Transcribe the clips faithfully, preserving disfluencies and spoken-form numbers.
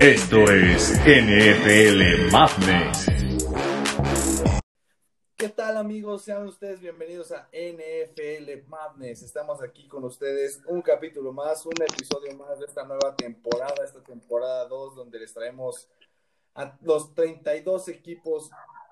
Esto es N F L Madness. ¿Qué tal, amigos? Sean ustedes bienvenidos a N F L Madness. Estamos aquí con ustedes un capítulo más, un episodio más de esta nueva temporada, esta temporada dos, donde les traemos a los treinta y dos equipos.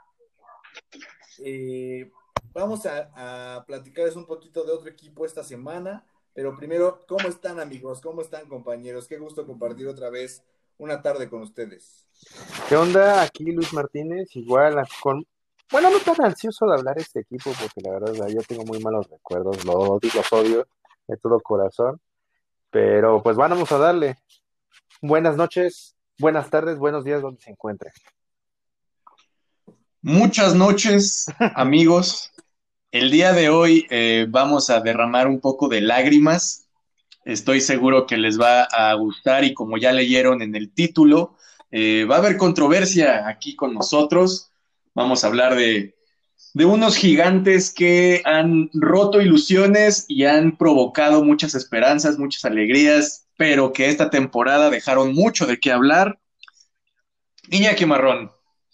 Eh, vamos a, a platicarles un poquito de otro equipo esta semana, pero primero, ¿cómo están, amigos? ¿Cómo están, compañeros? Qué gusto compartir otra vez una tarde con ustedes. ¿Qué onda? Aquí Luis Martínez, igual con... Bueno, no tan ansioso de hablar de este equipo, porque la verdad yo tengo muy malos recuerdos, los odio, los odio de todo corazón, pero pues vamos a darle. Buenas noches, buenas tardes, buenos días, donde se encuentre. Muchas noches, amigos. El día de hoy eh, vamos a derramar un poco de lágrimas. Estoy seguro que les va a gustar y como ya leyeron en el título, eh, va a haber controversia aquí con nosotros. Vamos a hablar de, de unos gigantes que han roto ilusiones y han provocado muchas esperanzas, muchas alegrías, pero que esta temporada dejaron mucho de qué hablar. Iñaki Marrón.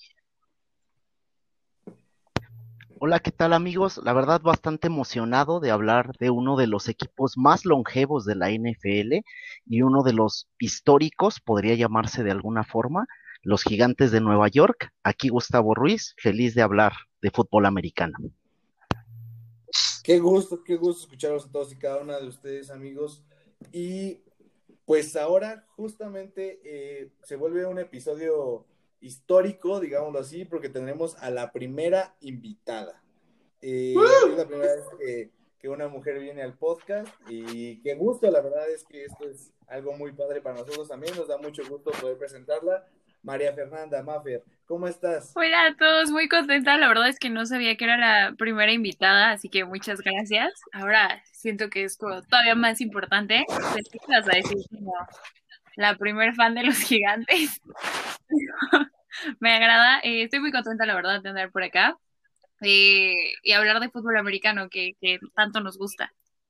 Hola, ¿qué tal, amigos? La verdad, bastante emocionado de hablar de uno de los equipos más longevos de la N F L y uno de los históricos, podría llamarse de alguna forma, los Gigantes de Nueva York. Aquí Gustavo Ruiz, feliz de hablar de fútbol americano. Qué gusto, qué gusto escucharlos a todos y cada una de ustedes, amigos. Y pues ahora justamente eh, se vuelve un episodio histórico, digámoslo así, porque tenemos a la primera invitada. Eh, es la primera vez que, que una mujer viene al podcast y qué gusto, la verdad es que esto es algo muy padre para nosotros también, nos da mucho gusto poder presentarla. María Fernanda Mafer, ¿cómo estás? Hola a todos, muy contenta, la verdad es que no sabía que era la primera invitada, así que muchas gracias. Ahora siento que es como todavía más importante. Pues, ¿qué vas a decir? Como la primer fan de los Gigantes. Me agrada, eh, estoy muy contenta la verdad de andar por acá eh, y hablar de fútbol americano que, que tanto nos gusta.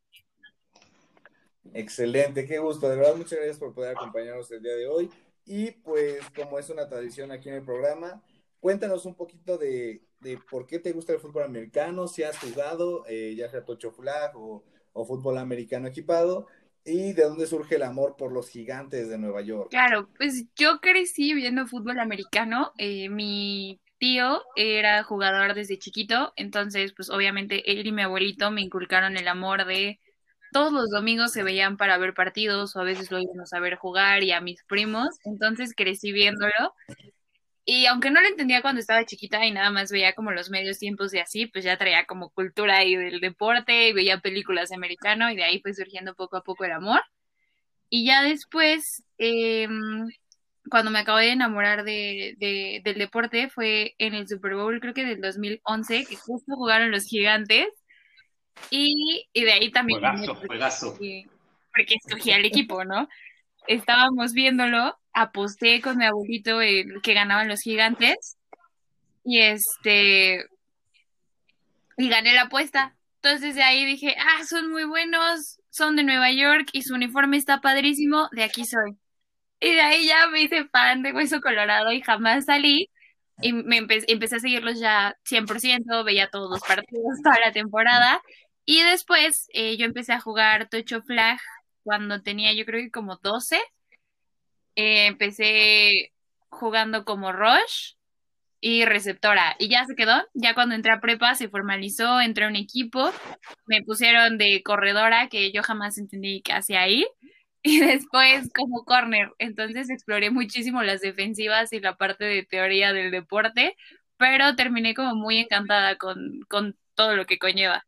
Excelente, qué gusto, de verdad muchas gracias por poder acompañarnos el día de hoy. Y pues como es una tradición aquí en el programa, cuéntanos un poquito de, de por qué te gusta el fútbol americano, si has jugado, eh, ya sea tocho flag o, o fútbol americano equipado, y de dónde surge el amor por los Gigantes de Nueva York. Claro, pues yo crecí viendo fútbol americano, eh, mi tío era jugador desde chiquito, entonces pues obviamente él y mi abuelito me inculcaron el amor de todos los domingos se veían para ver partidos o a veces lo íbamos a ver jugar y a mis primos, entonces crecí viéndolo y aunque no lo entendía cuando estaba chiquita y nada más veía como los medios tiempos y así, pues ya traía como cultura ahí del deporte y veía películas americano y de ahí fue surgiendo poco a poco el amor. Y ya después, eh, cuando me acabé de enamorar de, de- del deporte, fue en el Super Bowl, creo que del dos mil once, que justo jugaron los Gigantes. Y, y de ahí también, Juegazo, juegazo. porque, porque escogí al equipo, ¿no? Estábamos viéndolo, aposté con mi abuelito el que ganaban los Gigantes. Y este, y gané la apuesta. Entonces de ahí dije, ah, son muy buenos, son de Nueva York y su uniforme está padrísimo, de aquí soy. Y de ahí ya me hice fan de Hueso Colorado y jamás salí. Y me empe- empecé a seguirlos ya cien por ciento, veía todos los partidos, toda la temporada. Y después eh, yo empecé a jugar Tocho Flag cuando tenía yo creo que como doce. Eh, empecé jugando como Rush y receptora. Y ya se quedó. Ya cuando entré a prepa se formalizó, entré a un equipo, me pusieron de corredora, que yo jamás entendí qué hacía ahí. Y después como corner. Entonces exploré muchísimo las defensivas y la parte de teoría del deporte, pero terminé como muy encantada con, con todo lo que conlleva.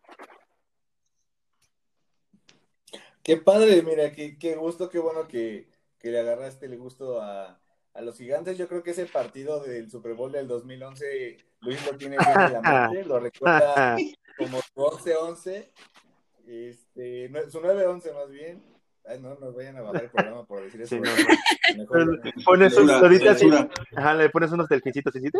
Qué padre, mira, qué, qué gusto, qué bueno que, que le agarraste el gusto a, a los Gigantes. Yo creo que ese partido del Super Bowl del dos mil once, Luis lo tiene bien en la mente, lo recuerda como su once once, este, no, su nueve once más bien. Ay, no nos vayan a bajar el programa por decir eso. Sí, no, ¿verdad? no. Mejor Pones un, le- ahorita sí, Censura. ajá, le pones unos delfincitos así.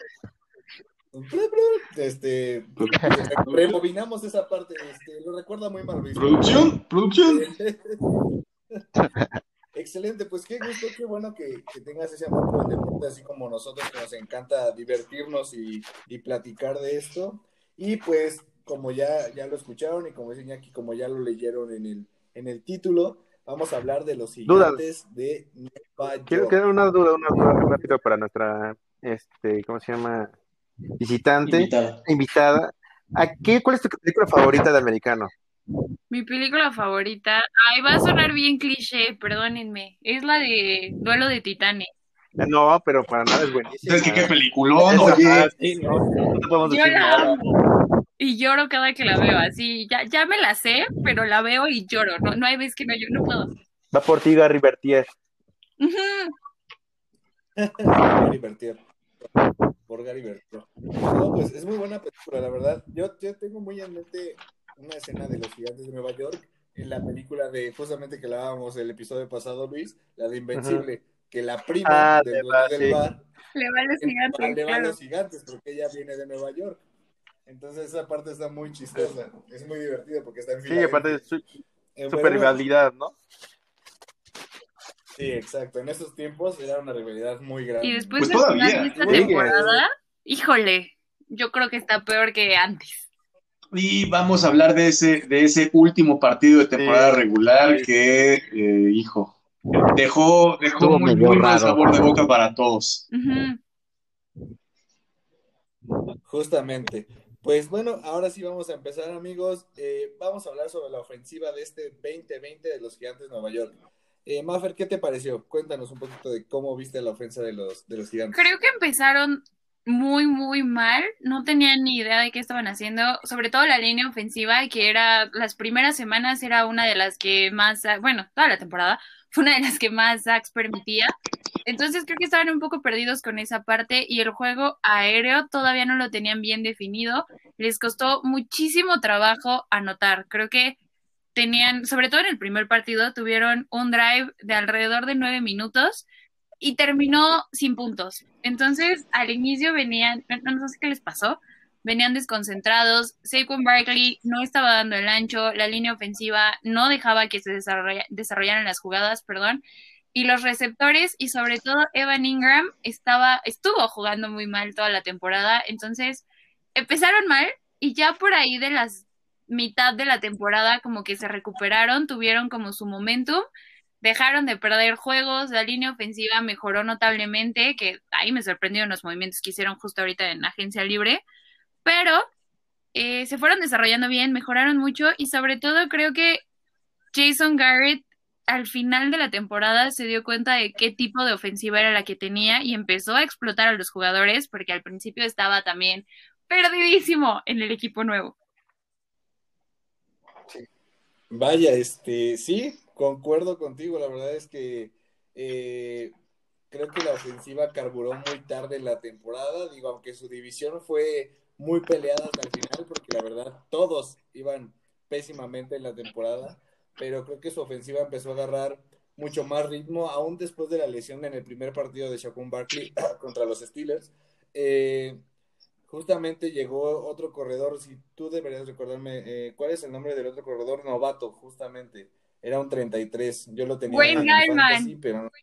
este, rebobinamos esa parte, este, lo recuerda muy mal Luis. Producción, producción. excelente, pues qué gusto, qué bueno que, que tengas ese amor por el deporte, así como nosotros, que nos encanta divertirnos y, y platicar de esto. Y pues, como ya, ya lo escucharon y como dicen aquí, como ya lo leyeron en el, en el título, vamos a hablar de los Dudas. gigantes de Nueva Quiero York. quedar una duda, una duda rápido para nuestra, este, ¿cómo se llama? Visitante, Invitada. invitada. ¿A qué, cuál es tu película favorita de americano? Mi película favorita, ay, va a sonar bien cliché, perdónenme, es la de Duelo de Titanes. No, pero para nada es buenísima. ¿Sabes qué? ¿Qué peliculón? Esa- Oye, ah, sí, no, no te podemos Yo decir la nada. amo y lloro cada que la veo, así, ya, ya me la sé, pero la veo y lloro, no, no hay vez que no, yo no puedo. Va por ti, Gary Bertier. Ujú. Gary Bertier. Por Gary Bertier. No, pues es muy buena película, la verdad. Yo, yo tengo muy en mente una escena de los gigantes de Nueva York en la película de, justamente que hablábamos el episodio pasado, Luis, la de Invencible, que la prima Ah, del le dueño va, del sí. bar Le va a los le gigantes, va- le va a claro. los gigantes porque ella viene de Nueva York. Entonces esa parte está muy chistosa, es muy divertida porque está en Sí, Filadelfia. aparte de su Eh, pero super bueno, rivalidad, ¿no? sí, exacto. En esos tiempos era una rivalidad muy grande. Y después Pues de todavía. final de esta Sigue. temporada, híjole, yo creo que está peor que antes. y vamos a hablar de ese, de ese último partido de temporada Sí, regular sí. que, eh, hijo, dejó, dejó Estuvo muy, medio muy mal raro. sabor de boca para todos. Ujú. Justamente. Pues bueno, ahora sí vamos a empezar, amigos. Eh, vamos a hablar sobre la ofensiva de este veinte veinte de los Gigantes de Nueva York. Eh, Maffer, ¿qué te pareció? Cuéntanos un poquito de cómo viste la ofensa de los, de los Gigantes. Creo que empezaron muy, muy mal. No tenían ni idea de qué estaban haciendo. Sobre todo la línea ofensiva, que era las primeras semanas era una de las que más, bueno, toda la temporada fue una de las que más sacks permitía. Entonces creo que estaban un poco perdidos con esa parte y el juego aéreo todavía no lo tenían bien definido. Les costó muchísimo trabajo anotar. Creo que tenían, sobre todo en el primer partido, tuvieron un drive de alrededor de nueve minutos y terminó sin puntos. Entonces, al inicio venían, no, no sé qué les pasó, venían desconcentrados, Saquon Barkley no estaba dando el ancho, la línea ofensiva no dejaba que se desarrolla, desarrollaran las jugadas, perdón, y los receptores y sobre todo Evan Ingram estaba, estuvo jugando muy mal toda la temporada, entonces empezaron mal y ya por ahí de las mitad de la temporada como que se recuperaron, tuvieron como su momentum, dejaron de perder juegos, la línea ofensiva mejoró notablemente, que ahí me sorprendieron los movimientos que hicieron justo ahorita en agencia libre, pero eh, se fueron desarrollando bien, mejoraron mucho y sobre todo creo que Jason Garrett al final de la temporada se dio cuenta de qué tipo de ofensiva era la que tenía y empezó a explotar a los jugadores porque al principio estaba también perdidísimo en el equipo nuevo. Vaya, este, sí, concuerdo contigo. La verdad es que eh, creo que la ofensiva carburó muy tarde en la temporada. Digo, aunque su división fue muy peleada hasta el final, porque la verdad todos iban pésimamente en la temporada, pero creo que su ofensiva empezó a agarrar mucho más ritmo, aún después de la lesión en el primer partido de Saquon Barkley contra los Steelers. Eh, Justamente llegó otro corredor, si tú deberías recordarme, eh, ¿cuál es el nombre del otro corredor? Novato, justamente. Era un treinta y tres. Yo lo tenía Wayne en Gallman. fantasy, pero no.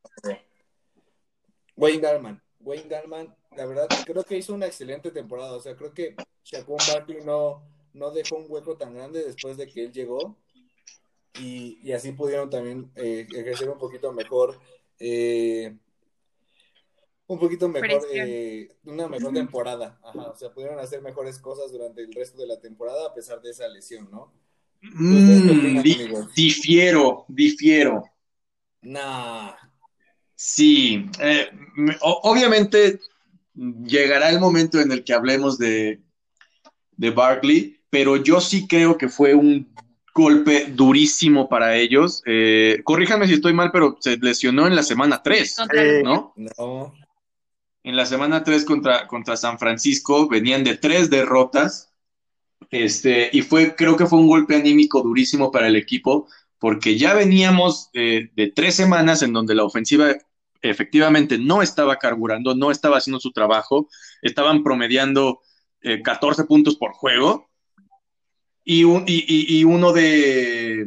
Wayne Gallman. Wayne Gallman, la verdad, creo que hizo una excelente temporada. O sea, creo que Saquon Barkley no, no dejó un hueco tan grande después de que él llegó. Y, y así pudieron también eh, ejercer un poquito mejor. Eh, un poquito mejor, eh, una mejor temporada, ajá, o sea, pudieron hacer mejores cosas durante el resto de la temporada a pesar de esa lesión, ¿no? Mm, di, difiero, difiero. Nah. Sí, eh, obviamente llegará el momento en el que hablemos de, de Barkley, pero yo sí creo que fue un golpe durísimo para ellos. Eh, corríjanme si estoy mal, pero se lesionó en la semana tres, ¿no? No. En la semana tres contra, contra San Francisco venían de tres derrotas, este, y fue, creo que fue un golpe anímico durísimo para el equipo, porque ya veníamos eh, de tres semanas en donde la ofensiva efectivamente no estaba carburando, no estaba haciendo su trabajo, estaban promediando eh, catorce puntos por juego, y, un, y, y, y uno de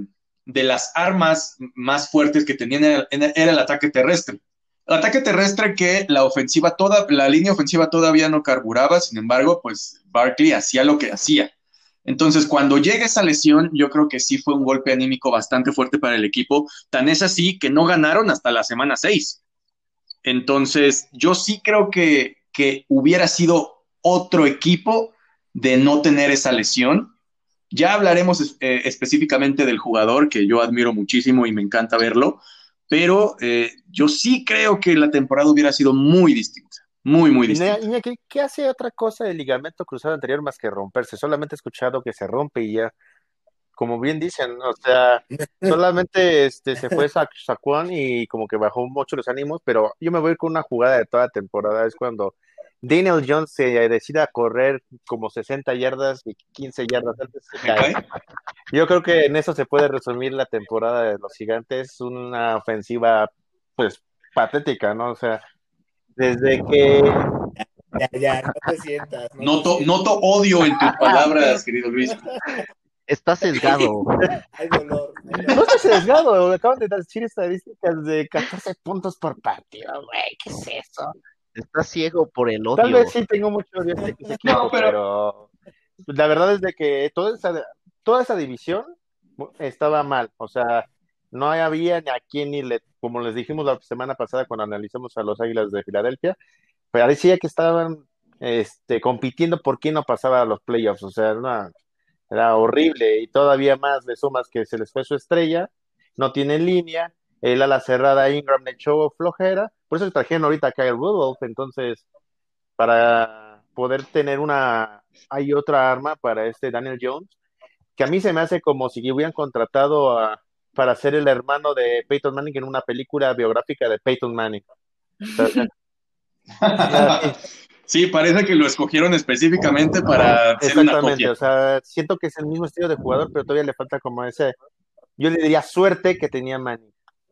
de las armas más fuertes que tenían era, era el ataque terrestre. El ataque terrestre que la ofensiva toda, la línea ofensiva todavía no carburaba, sin embargo, pues Barkley hacía lo que hacía. Entonces, cuando llega esa lesión, yo creo que sí fue un golpe anímico bastante fuerte para el equipo, tan es así que no ganaron hasta la semana seis. Entonces, yo sí creo que, que hubiera sido otro equipo de no tener esa lesión. Ya hablaremos eh, específicamente del jugador, que yo admiro muchísimo y me encanta verlo, pero eh, yo sí creo que la temporada hubiera sido muy distinta, muy, muy distinta. ¿Qué, ¿Qué hace otra cosa el ligamento cruzado anterior más que romperse? Solamente he escuchado que se rompe y ya, como bien dicen, o sea, solamente este, se fue Sa Saquon y como que bajó mucho los ánimos, pero yo me voy con una jugada de toda temporada, es cuando Daniel Jones se decide a correr como sesenta yardas y quince yardas antes se cae. ¿Okay? Yo creo que en eso se puede resumir la temporada de los Gigantes, una ofensiva pues patética, ¿no? O sea, desde que... Ya, ya, no te sientas. No noto, te sientas. noto odio en tus palabras, querido Luis. Está sesgado. Hay dolor. Hay dolor. No está sesgado, acaban de decir estadísticas de catorce puntos por partido, güey, ¿qué es eso? Está ciego por el odio. Tal vez sí tengo mucho odio a este equipo, no, pero... pero la verdad es de que toda esa, toda esa división estaba mal, o sea, no había ni a quién ni le, como les dijimos la semana pasada cuando analizamos a los Águilas de Filadelfia, parecía que estaban este, compitiendo por quién no pasaba a los playoffs, o sea, no, era horrible, y todavía más le sumas que se les fue su estrella, no tienen línea, el ala cerrada Ingram le echó flojera, por eso trajeron ahorita a Kyle Rudolph, entonces, para poder tener una, hay otra arma para este Daniel Jones, que a mí se me hace como si hubieran contratado a, para ser el hermano de Peyton Manning en una película biográfica de Peyton Manning. Entonces, sí, parece que lo escogieron específicamente para hacer una copia. O sea, siento que es el mismo estilo de jugador, pero todavía le falta como ese, yo le diría suerte que tenía Manning.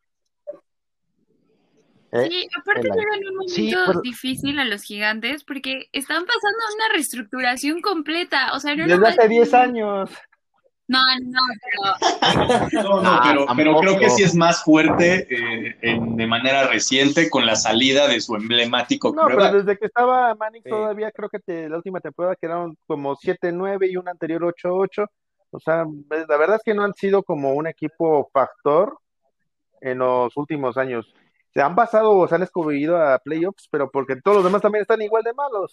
¿Eh? Sí, aparte llegan un momento sí, pero... difícil a los Gigantes porque están pasando una reestructuración completa, o sea, no desde nomás... hace diez años. No, no, pero... no, no, pero, pero creo que sí es más fuerte eh, en, de manera reciente con la salida de su emblemático. No, pero desde que estaba Manning sí. Todavía creo que te, la última temporada quedaron como siete nueve y una anterior ocho ocho. O sea, la verdad es que no han sido como un equipo factor en los últimos años. Se han pasado o se han escogido a playoffs, pero porque todos los demás también están igual de malos.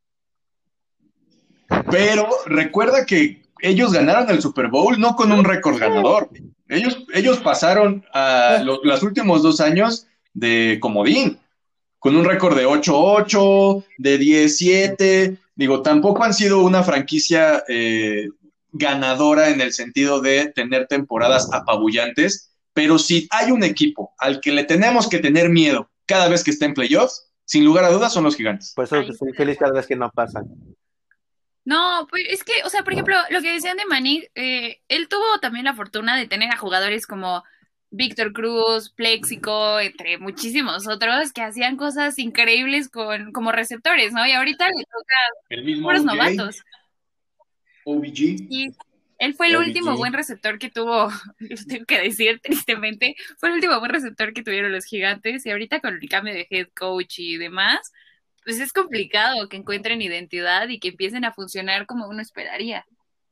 Pero recuerda que ellos ganaron el Super Bowl no con un récord ganador. Ellos, ellos pasaron a los, los últimos dos años de comodín, con un récord de ocho ocho, de diez siete. Digo, tampoco han sido una franquicia eh, ganadora en el sentido de tener temporadas apabullantes, pero si hay un equipo al que le tenemos que tener miedo cada vez que está en playoffs, sin lugar a dudas son los Gigantes. Pues eso estoy feliz cada vez que no pasan. No, pues es que, o sea, por ejemplo, lo que decían de Manning, eh, él tuvo también la fortuna de tener a jugadores como Víctor Cruz, Plexico, entre muchísimos otros que hacían cosas increíbles con como receptores, ¿no? Y ahorita le toca el mismo puros O B J, novatos. O B G. Y él fue el O B G. último buen receptor que tuvo, tengo que decir tristemente, fue el último buen receptor que tuvieron los Gigantes y ahorita con el cambio de head coach y demás, pues es complicado que encuentren identidad y que empiecen a funcionar como uno esperaría.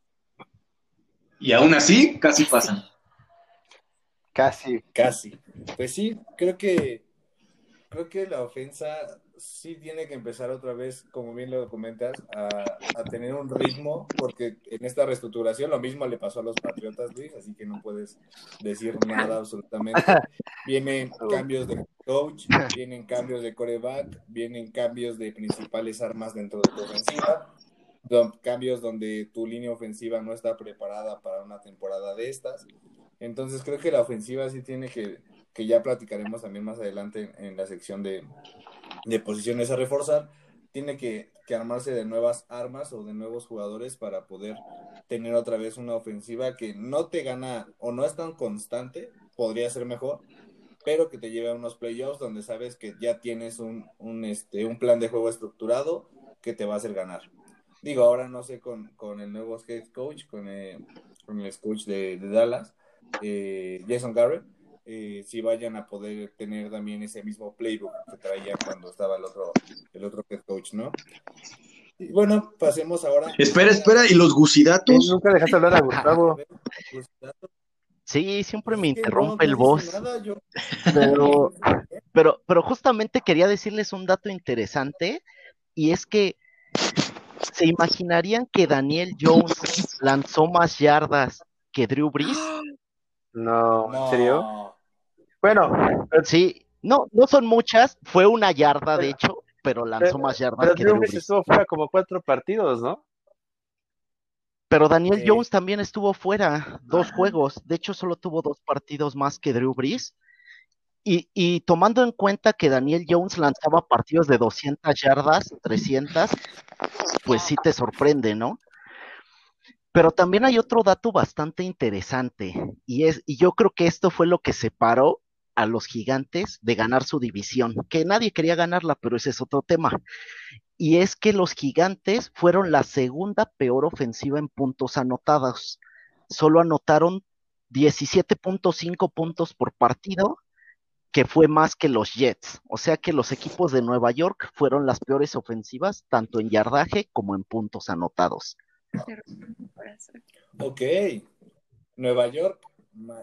Y aún así, casi pasan. Casi. Casi. Pues sí, creo que creo que la ofensa sí tiene que empezar otra vez, como bien lo comentas, a, a tener un ritmo, porque en esta reestructuración lo mismo le pasó a los Patriotas, Luis, así que no puedes decir nada absolutamente. Vienen cambios de coach, vienen cambios de quarterback, vienen cambios de principales armas dentro de tu ofensiva, don, cambios donde tu línea ofensiva no está preparada para una temporada de estas. Entonces creo que la ofensiva sí tiene que, que ya platicaremos también más adelante en, en la sección de, de posiciones a reforzar, tiene que, que armarse de nuevas armas o de nuevos jugadores para poder tener otra vez una ofensiva que no te gana o no es tan constante, podría ser mejor, pero que te lleve a unos playoffs donde sabes que ya tienes un, un, este, un plan de juego estructurado que te va a hacer ganar. Digo, ahora no sé con, con el nuevo head coach, con el, con el coach de, de Dallas, eh, Jason Garrett, eh, si vayan a poder tener también ese mismo playbook que traía cuando estaba el otro, el otro head coach, ¿no? Y bueno, pasemos ahora. Espera, a espera, ¿y los Eh, gusidatos? nunca dejaste hablar a A Gustavo. ver, pues, datos. Sí, siempre Pues me es que no, interrumpe el no dice boss, nada, yo. pero, pero, pero justamente quería decirles un dato interesante, y es que ¿se imaginarían que Daniel Jones lanzó más yardas que Drew Brees? No, ¿en serio? No. Bueno, pero, Sí, no, no son muchas, fue una yarda de pero, hecho, pero lanzó pero, más yardas pero que Drew Drew Brees Brees. estuvo fuera como cuatro partidos, ¿no? Pero Daniel Sí. Jones también estuvo fuera dos juegos, de hecho solo tuvo dos partidos más que Drew Brees. Y, y tomando en cuenta que Daniel Jones lanzaba partidos de doscientas yardas, trescientas, pues sí te sorprende, ¿no? Pero también hay otro dato bastante interesante, y es, y yo creo que esto fue lo que separó a los Gigantes de ganar su división, que nadie quería ganarla, pero ese es otro tema. Y es que los Gigantes fueron la segunda peor ofensiva en puntos anotados. Solo anotaron diecisiete punto cinco puntos por partido, que fue más que los Jets. O sea que los equipos de Nueva York fueron las peores ofensivas, tanto en yardaje como en puntos anotados. Se rompe mi corazón. Ok. Nueva York, mal.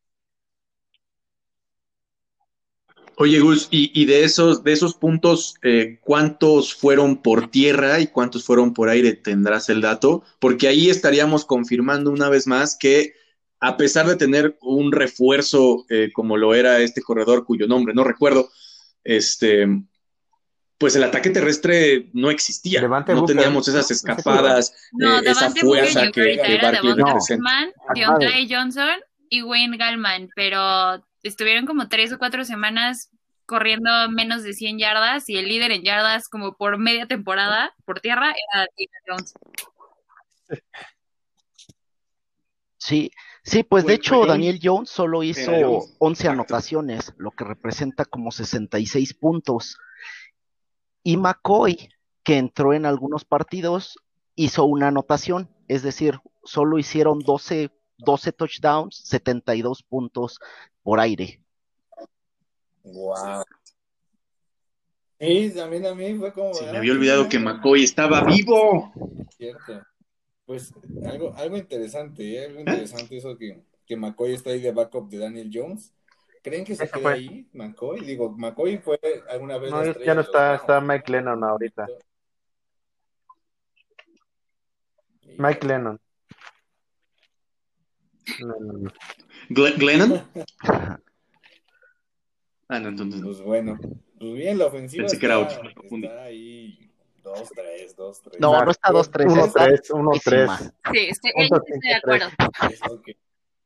Oye, Gus, y, y de esos, de esos puntos, eh, ¿cuántos fueron por tierra y cuántos fueron por aire? ¿Tendrás el dato? Porque ahí estaríamos confirmando una vez más que a pesar de tener un refuerzo eh, como lo era este corredor cuyo nombre no recuerdo, este, pues el ataque terrestre no existía. Devante No Booker, teníamos esas ¿no? Ese fue. escapadas, No, eh, esa Davante Booker fuerza llegó que, ahorita, que era Barkley Devonta No. representa. Freeman, Deontay Johnson y Wayne Gallman, pero estuvieron como tres o cuatro semanas corriendo menos de cien yardas y el líder en yardas como por media temporada por tierra era Daniel Jones. Sí, sí, pues de Pues, hecho pues, Daniel Jones solo era hizo Jones, once exacto. anotaciones, lo que representa como sesenta y seis puntos. Y McCoy, que entró en algunos partidos, hizo una anotación, es decir, solo hicieron doce, doce touchdowns, setenta y dos puntos por aire. Wow. Sí, también a mí fue como. Se me ah, había qué olvidado que milagro. McCoy estaba vivo. Cierto. Pues algo, algo interesante, ¿eh? Algo interesante eso que, que McCoy está ahí de backup de Daniel Jones. ¿Creen que se Ya se quede fue. ahí, McCoy? Digo, McCoy fue alguna vez No, la ya estrella no de los está, Browns. está Mike Lennon ahorita. Mike Lennon. No, no, no. Gle- ¿Glennon? Ah, no, entonces no. Pues bueno, pues bien, la ofensiva Pensé que era está, otro, me confundí. está ahí dos tres, dos tres. No, no está dos tres, uno está tres, uno tres. pésima. Sí, estoy, ahí Punto estoy de cinco tres. acuerdo. Ok.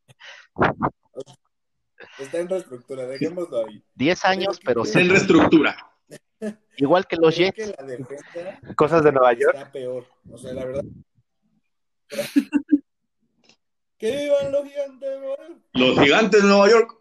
Está en reestructura, dejémoslo ahí. diez años, pero Está en sí. reestructura. Igual que los Creo que Jets. la defensa Cosas de Nueva York. está peor. O sea, la verdad. ¡Que vivan los gigantes, güey! Los gigantes de Nueva York.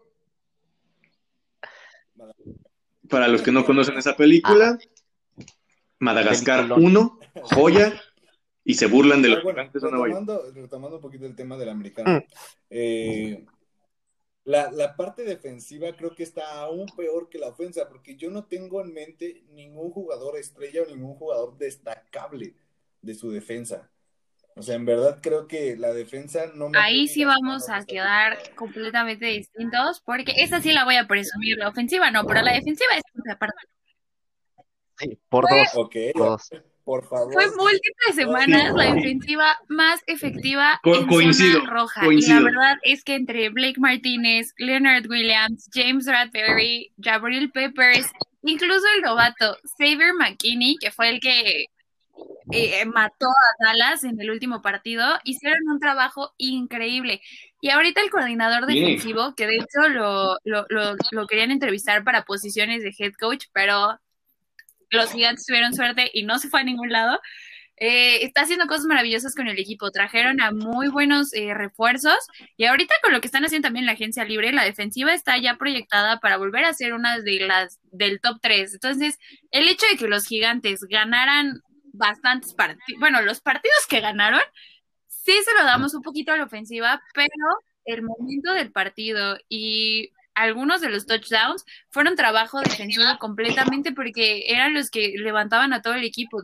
Para los que no conocen esa película, Madagascar Peliculón. uno, joya, y se burlan de Ah, los bueno, gigantes de Nueva York. retomando, retomando un poquito el tema del americano. Eh, la, la parte defensiva creo que está aún peor que la ofensa, porque yo no tengo en mente ningún jugador estrella o ningún jugador destacable de su defensa. O sea, en verdad creo que la defensa no me Ahí puede sí ir las vamos manos a esta quedar temporada. completamente distintos, porque esa sí la voy a presumir, la ofensiva no, pero la defensiva es punto aparte. Sí, por Fue- dos. Ok, Por dos. por favor. Fue múltiples semanas la defensiva más efectiva Co- en coincido, zona roja. coincido. Y la verdad es que entre Blake Martínez, Leonard Williams, James Bradbury, Jabril Peppers, incluso el novato Xavier McKinney, que fue el que eh, mató a Dallas en el último partido, hicieron un trabajo increíble. Y ahorita el coordinador Sí. defensivo, que de hecho lo, lo, lo, lo querían entrevistar para posiciones de head coach, pero los Gigantes tuvieron suerte y no se fue a ningún lado. Eh, está haciendo cosas maravillosas con el equipo. Trajeron a muy buenos eh, refuerzos y ahorita con lo que están haciendo también la agencia libre, la defensiva está ya proyectada para volver a ser una de las del top tres. Entonces, el hecho de que los Gigantes ganaran bastantes partidos, bueno, los partidos que ganaron, sí se lo damos un poquito a la ofensiva, pero el momento del partido y algunos de los touchdowns fueron trabajo defensivo completamente porque eran los que levantaban a todo el equipo.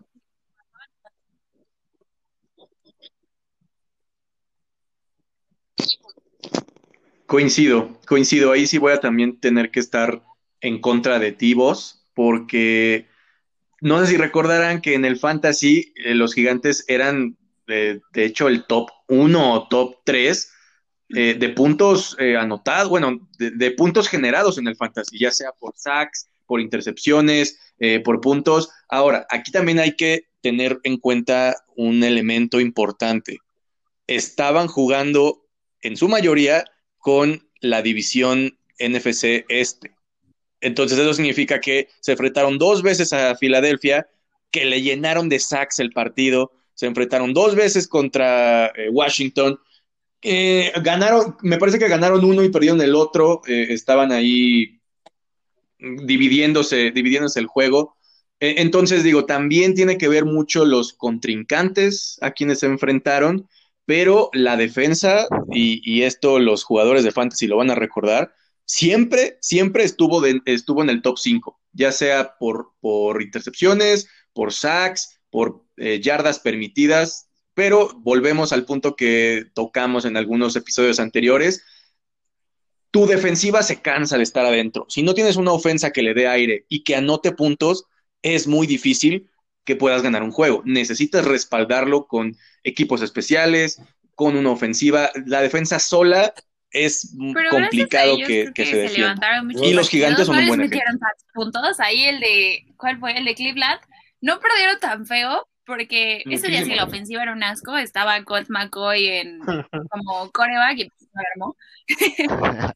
Coincido, coincido. Ahí sí voy a también tener que estar en contra de ti, vos, porque no sé si recordarán que en el Fantasy eh, los gigantes eran, eh, de hecho, el top uno o top tres eh, de puntos eh, anotados, bueno, de, de puntos generados en el Fantasy, ya sea por sacks, por intercepciones, eh, por puntos. Ahora, aquí también hay que tener en cuenta un elemento importante. Estaban jugando en su mayoría con la división N F C Este. Entonces eso significa que se enfrentaron dos veces a Filadelfia, que le llenaron de sacks el partido, se enfrentaron dos veces contra eh, Washington, eh, ganaron, me parece que ganaron uno y perdieron el otro, eh, estaban ahí dividiéndose, dividiéndose el juego. Eh, entonces digo, también tiene que ver mucho los contrincantes a quienes se enfrentaron, pero la defensa, y, y esto los jugadores de Fantasy lo van a recordar, siempre, siempre estuvo, de, estuvo en el top cinco, ya sea por, por intercepciones, por sacks, por eh, yardas permitidas, pero volvemos al punto que tocamos en algunos episodios anteriores. Tu defensiva se cansa de estar adentro. Si no tienes una ofensa que le dé aire y que anote puntos, es muy difícil que puedas ganar un juego. Necesitas respaldarlo con equipos especiales, con una ofensiva. La defensa sola es Pero complicado ellos, que, creo que, que se se defienda. levantaron muchos Y los partidos, gigantes son no un les buen ejemplo. metieron tantos puntos. Ahí el de, ¿cuál fue? El de Cleveland. No perdieron tan feo, porque ese día sí la ofensiva era un asco. Estaba Colt McCoy en como coreback y pues, me armó.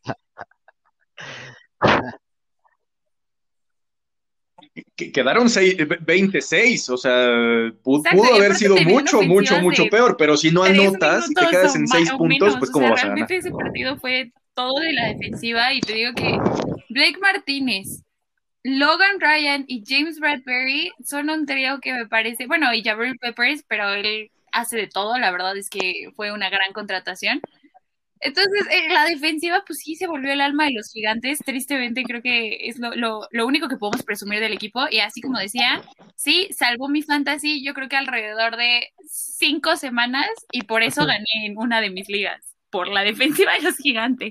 Quedaron veintiséis, o sea, pudo, Exacto, pudo y haber aparte sido tenían mucho, mucho, ofensivas mucho de peor, pero si no tres anotas y te minutos quedas o en ma- seis o puntos, menos. pues O ¿cómo sea, vas a ganar? realmente ese partido fue todo de la defensiva y te digo que Blake Martínez, Logan Ryan y James Bradbury son un trío que me parece, bueno, y Jabril Peppers, pero él hace de todo, la verdad es que fue una gran contratación. Entonces, eh, la defensiva, pues sí, se volvió el alma de los gigantes. Tristemente, creo que es lo, lo, lo único que podemos presumir del equipo. Y así como decía, sí, salvó mi fantasy, yo creo que alrededor de cinco semanas, y por eso gané en una de mis ligas, por la defensiva de los gigantes.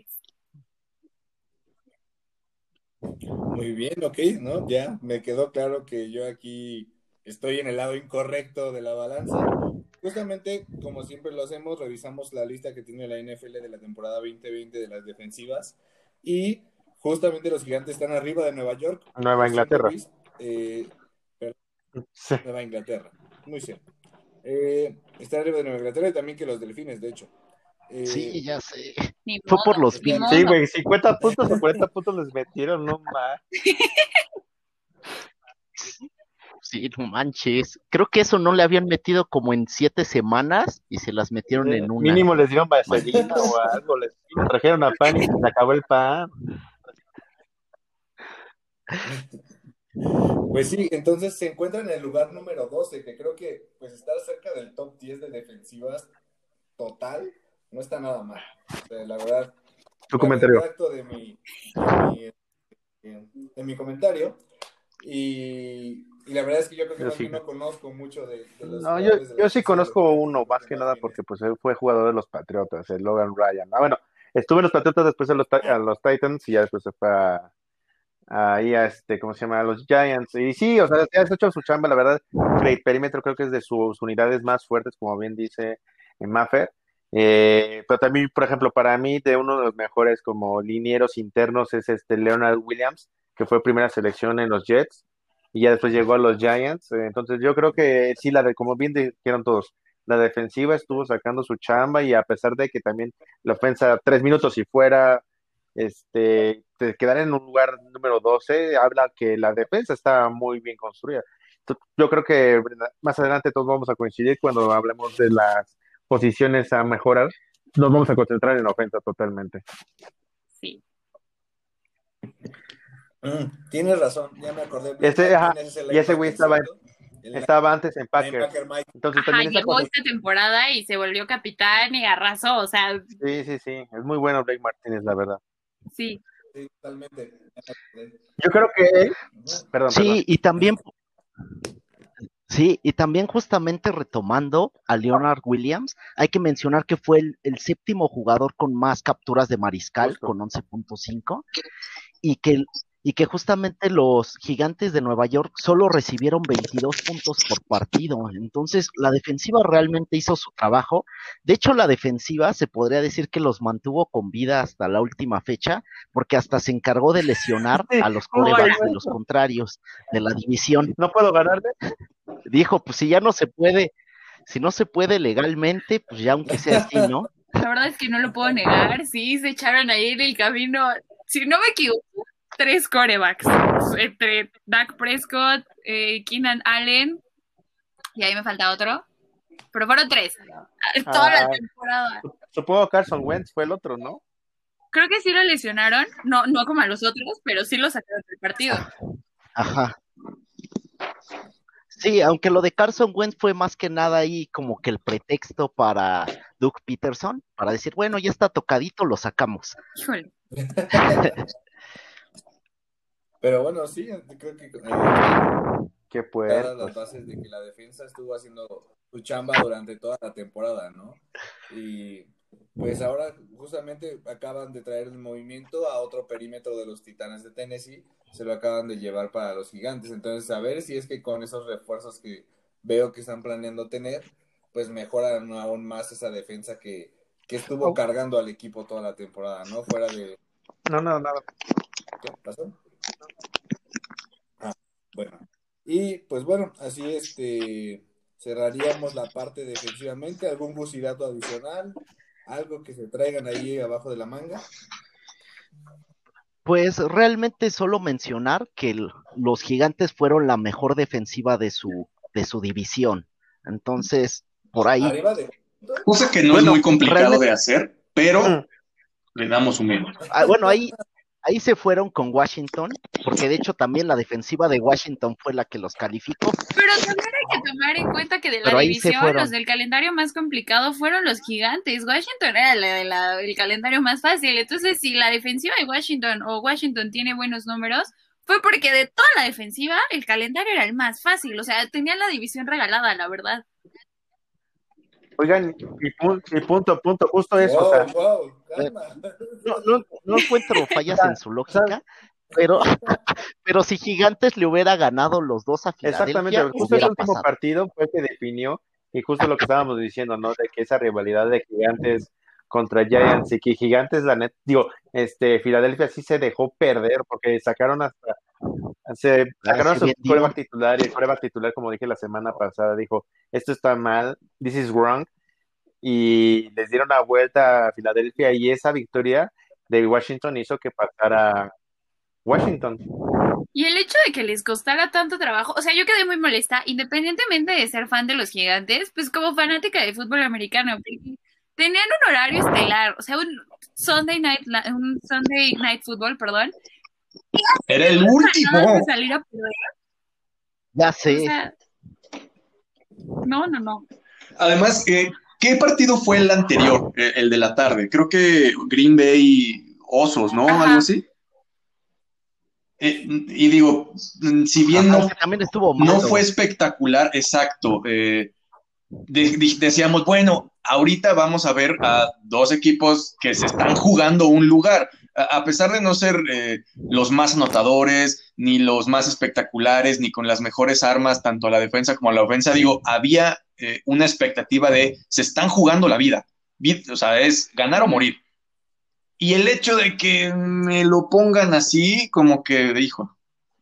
Muy bien, ok, ¿no? Ya me quedó claro que yo aquí estoy en el lado incorrecto de la balanza. Justamente, como siempre lo hacemos, revisamos la lista que tiene la N F L de la temporada veinte veinte de las defensivas y justamente los gigantes están arriba de Nueva York. Nueva Inglaterra. Luis, eh, Sí. Nueva Inglaterra, muy cierto. Eh, están arriba de Nueva Inglaterra y también que los delfines, de hecho. Eh, Sí, ya sé. Ni Fue modo, por los ni Bills. Sí, modo. güey, cincuenta puntos o cuarenta puntos les metieron, no más. Sí, no manches. Creo que eso no le habían metido como en siete semanas y se las metieron en una. Mínimo les dieron vaselina o algo, les trajeron a pan y se acabó el pan. Pues sí, entonces se encuentra en el lugar número doce, que creo que pues estar cerca del top diez de defensivas total no está nada mal. O sea, la verdad, Tu me comentario. retracto de mi, de mi, de mi comentario y, y la verdad es que yo creo que Yo más sí. bien no conozco mucho de, de los No, yo, jugadores de la yo sí posición conozco de- uno, más que nada porque pues él fue jugador de los Patriotas, el Logan Ryan. Ah, bueno, estuve en los Patriotas, después en los, Ti- a los Titans y ya después se fue a, ahí a este, ¿cómo se llama? A los Giants. Y sí, o sea, ha hecho su chamba, la verdad. El perímetro creo que es de sus unidades más fuertes, como bien dice Maffer. Eh, pero también, por ejemplo, para mí, de uno de los mejores como linieros internos es este Leonard Williams, que fue primera selección en los Jets y ya después llegó a los Giants. Eh, entonces, yo creo que sí, la de, como bien dijeron todos, la defensiva estuvo sacando su chamba y a pesar de que también la ofensa tres minutos y fuera, este, te quedar en un lugar número doce, habla que la defensa está muy bien construida. Entonces, yo creo que más adelante todos vamos a coincidir cuando hablemos de las posiciones a mejorar, nos vamos a concentrar en la ofensa totalmente. Sí. Mm, tienes razón, ya me acordé. Este, ajá, Martínez es el y ese linebacker, güey estaba en- ¿cierto? El- Estaba antes en Packers. linebacker Mike. Entonces Ajá, también está llegó con- esta temporada y se volvió capitán y arrasó, o sea, Sí, sí, sí. Es muy bueno Blake Martínez, la verdad. sí. Sí, totalmente. Yo creo que él, Ujú. perdón, Sí, y también, sí, y también justamente retomando a Leonard Williams, hay que mencionar que fue el, el séptimo jugador con más capturas de mariscal, Justo. con once punto cinco, y que, y que justamente los Gigantes de Nueva York solo recibieron veintidós puntos por partido. Entonces, la defensiva realmente hizo su trabajo. De hecho, la defensiva se podría decir que los mantuvo con vida hasta la última fecha, porque hasta se encargó de lesionar Sí, a los muy corebacks bueno de los eso. contrarios de la división. No puedo ganarle. Dijo, pues si ya no se puede, si no se puede legalmente, pues ya aunque sea así, ¿no? La verdad es que no lo puedo negar, sí, se echaron ahí en el camino, si no me equivoco, tres corebacks, entre Dak Prescott, eh, Keenan Allen, y ahí me falta otro, pero fueron tres, toda la Ah, temporada. supongo que Carson Wentz fue el otro, ¿no? Creo que sí lo lesionaron, no, no como a los otros, pero sí lo sacaron del partido. Ajá. Sí, aunque lo de Carson Wentz fue más que nada ahí como que el pretexto para Doug Peterson, para decir, bueno, ya está tocadito, lo sacamos. Híjole. Pero bueno, sí, creo que eh, Qué todas las puercos. bases de que la defensa estuvo haciendo su chamba durante toda la temporada, ¿no? Y pues ahora justamente acaban de traer el movimiento a otro perímetro de los Titanes de Tennessee, se lo acaban de llevar para los Gigantes, entonces a ver si es que con esos refuerzos que veo que están planeando tener, pues mejoran aún más esa defensa que, que estuvo Oh. cargando al equipo toda la temporada, ¿no? Fuera de... No, no, nada. ¿Qué pasó? Ah, bueno. Y pues bueno, así este cerraríamos la parte defensivamente. ¿Algún gusidato adicional? ¿Algo que se traigan ahí abajo de la manga? Pues realmente solo mencionar que el- los Gigantes fueron la mejor defensiva de su, de su división. Entonces, por ahí, Arriba de... Cosa que no Bueno, es muy complicado realmente- de hacer, pero Mm. le damos un minuto. ah, bueno, ahí, ahí se fueron con Washington, porque de hecho también la defensiva de Washington fue la que los calificó. Pero también hay que tomar en cuenta que de la Pero ahí se división, fueron. los del calendario más complicado fueron los Gigantes. Washington era la de la- el calendario más fácil. Entonces, si la defensiva de Washington o Washington tiene buenos números, fue porque de toda la defensiva, el calendario era el más fácil. O sea, tenían la división regalada, la verdad. Oigan, y, pun- y punto, punto, justo eso, o sea, Wow, wow, calma. No, no, no encuentro fallas en su lógica, pero, pero si Gigantes le hubiera ganado los dos a exactamente, Filadelfia, justo ese hubiera último pasado. partido fue el que definió, y justo lo que estábamos diciendo, ¿no? De que esa rivalidad de Gigantes contra Giants y que Gigantes, la net, digo, este, Filadelfia sí se dejó perder porque sacaron hasta, se sacaron a se su vendió. coreback titular y el coreback titular, como dije la semana pasada, dijo, esto está mal, this is wrong, y les dieron la vuelta a Filadelfia y esa victoria de Washington hizo que pasara Washington. Y el hecho de que les costara tanto trabajo, o sea, yo quedé muy molesta, independientemente de ser fan de los Gigantes, pues como fanática de fútbol americano, porque tenían un horario estelar, o sea, un Sunday night, un Sunday night football, perdón. Era el Ganas último. de salir a perder, Ya o sé. sea, no, no, no. Además, eh, ¿qué partido fue el anterior, eh, el de la tarde? Creo que Green Bay Osos, ¿no? Ajá. Algo así. Eh, y digo, si bien Ajá, no, que también estuvo no malo. fue espectacular, exacto. eh, de- de- decíamos, bueno, ahorita vamos a ver a dos equipos que se están jugando un lugar. A, a pesar de no ser eh, los más anotadores, ni los más espectaculares, ni con las mejores armas, tanto a la defensa como a la ofensa, digo, había eh, una expectativa de se están jugando la vida. Vi- O sea, es ganar o morir. Y el hecho de que me lo pongan así, como que, hijo,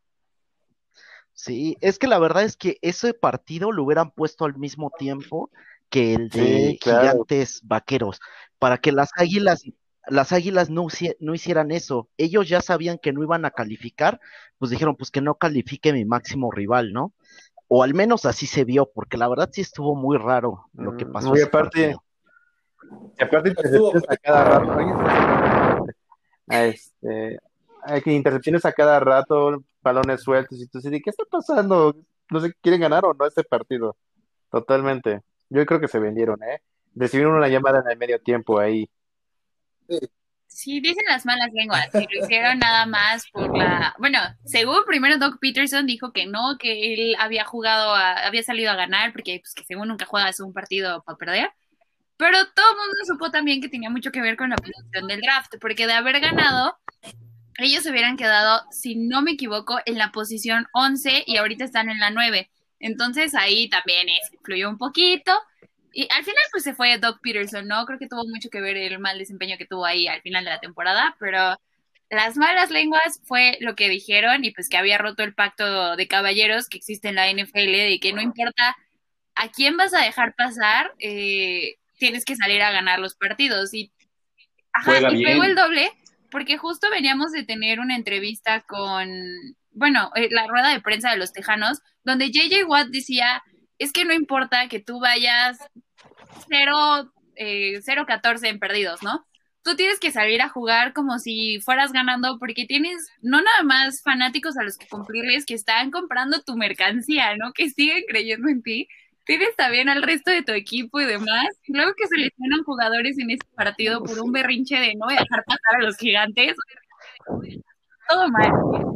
Sí, es que la verdad es que ese partido lo hubieran puesto al mismo tiempo que el de Sí, claro. Gigantes Vaqueros, para que las Águilas, las Águilas no, hici- no hicieran eso. Ellos ya sabían que no iban a calificar, pues dijeron, pues que no califique mi máximo rival, ¿no? O al menos así se vio, porque la verdad sí estuvo muy raro lo que Mm, pasó muy ese aparte- partido. Y aparte intercepciones a cada rato. Oye, a este, hay que intercepciones a cada rato, balones sueltos, y tú dices, ¿qué está pasando? no sé, quieren ganar o no este partido. Totalmente. Yo creo que se vendieron, ¿eh? Recibieron una llamada en el medio tiempo ahí. Sí, Sí, dicen las malas lenguas que lo hicieron nada más por la... Bueno, según primero Doug Peterson dijo que no, que él había jugado, a- había salido a ganar, porque pues, que según nunca juegas un partido para perder. Pero todo el mundo supo también que tenía mucho que ver con la posición del draft, porque de haber ganado, ellos se hubieran quedado, si no me equivoco, en la posición once y ahorita están en la nueve. Entonces ahí también es, influyó un poquito. Y al final pues se fue Doug Peterson, ¿no? Creo que tuvo mucho que ver el mal desempeño que tuvo ahí al final de la temporada, pero las malas lenguas fue lo que dijeron y pues que había roto el pacto de caballeros que existe en la N F L de que no importa a quién vas a dejar pasar, eh, tienes que salir a ganar los partidos. Y, ajá, Juega y pegó el bien. doble porque justo veníamos de tener una entrevista con, bueno, eh, la rueda de prensa de los Tejanos, donde J J Watt decía, es que no importa que tú vayas cero, eh, cero catorce en perdidos, ¿no? Tú tienes que salir a jugar como si fueras ganando porque tienes no nada más fanáticos a los que cumplirles que están comprando tu mercancía, ¿no? Que siguen creyendo en ti. Tienes también al resto de tu equipo y demás. Y luego que se lesionan jugadores en este partido por un berrinche de no voy a dejar pasar a los gigantes. Todo mal.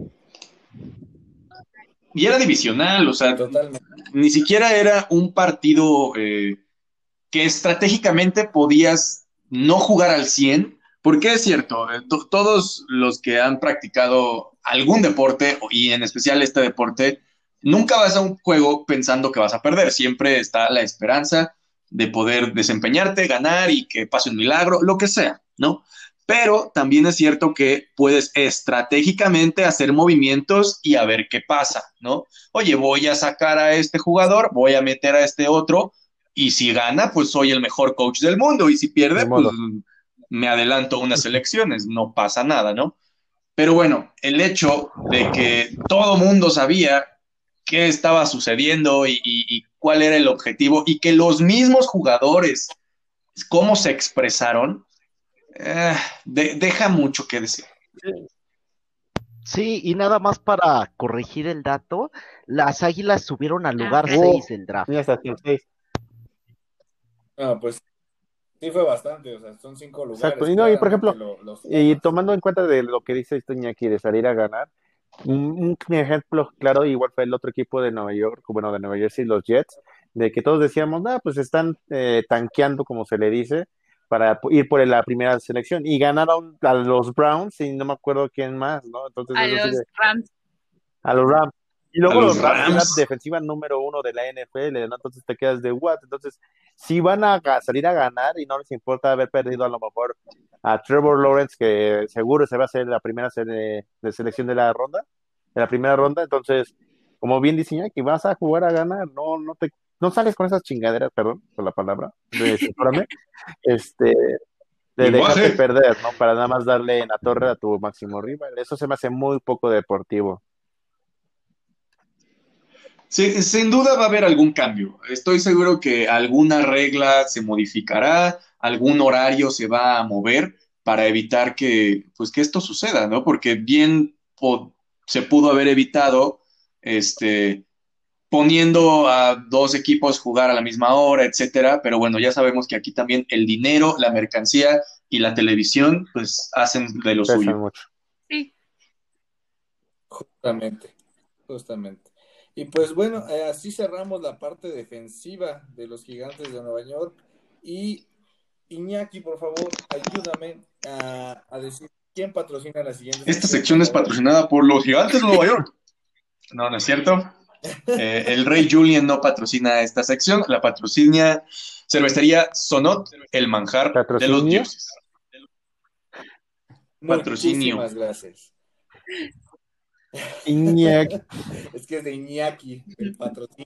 Y era divisional, o sea, totalmente. ni siquiera era un partido eh, que estratégicamente podías no jugar al cien, porque es cierto, eh, to- todos los que han practicado algún deporte, y en especial este deporte, nunca vas a un juego pensando que vas a perder, siempre está la esperanza de poder desempeñarte, ganar y que pase un milagro, lo que sea, ¿no? Pero también es cierto que puedes estratégicamente hacer movimientos y a ver qué pasa, ¿no? Oye, voy a sacar a este jugador, voy a meter a este otro, y si gana, pues soy el mejor coach del mundo. Y si Ni pierde, pues modo. me adelanto unas elecciones. No pasa nada, ¿no? Pero bueno, el hecho de que todo mundo sabía qué estaba sucediendo y, y, y cuál era el objetivo y que los mismos jugadores, cómo se expresaron, eh, de, deja mucho que decir. Sí, y nada más para corregir el dato, las Águilas subieron al lugar Ah, Oh, seis del draft. ya está, sí, seis. Ah, pues sí fue bastante, o sea, son cinco Exacto. lugares, Y no, y por claramente ejemplo, lo, los y tomas. tomando en cuenta de lo que dice esto Iñaki de salir a ganar, un, un ejemplo claro, igual fue el otro equipo de Nueva York, bueno, de Nueva Jersey, los Jets, de que todos decíamos, ah, pues están eh, tanqueando, como se le dice, para ir por la primera selección. Y ganaron a los Browns y no me acuerdo quién más, ¿no? Entonces a es así los de, Rams. a los Rams. Y A luego los los Rams es la Rams. defensiva número uno de la N F L, ¿no? Entonces te quedas de what. Entonces, si van a ga- salir a ganar y no les importa haber perdido a lo mejor a Trevor Lawrence, que seguro se va a hacer la primera sele- de selección de la ronda, de la primera ronda, entonces, como bien diseña, que vas a jugar a ganar, no, no te, no sales con esas chingaderas, perdón por la palabra, de censúrame, este, de dejarte Lenguaje. perder, ¿no? Para nada más darle en la torre a tu máximo rival. Eso se me hace muy poco deportivo. Sí, sin duda va a haber algún cambio. Estoy seguro que alguna regla se modificará, algún horario se va a mover para evitar que, pues, que esto suceda, ¿no? Porque bien po- se pudo haber evitado, este, poniendo a dos equipos jugar a la misma hora, etcétera. Pero bueno, ya sabemos que aquí también el dinero, la mercancía y la televisión, pues, hacen de lo Pesan suyo. mucho. Sí. Justamente, justamente. Y pues bueno, eh, así cerramos la parte defensiva de los Gigantes de Nueva York. Y Iñaki, por favor, ayúdame a, a decir quién patrocina la siguiente Esta sección, sección por es favor. patrocinada por los Gigantes de Nueva York. No, no es cierto. Eh, el Rey Julien no patrocina esta sección, la patrocina Cervecería Sonot, el manjar de los ¿Patrocinio? dioses. Patrocinio. Muchísimas gracias. Iñaki. Es que es de Iñaki, el patrocinio.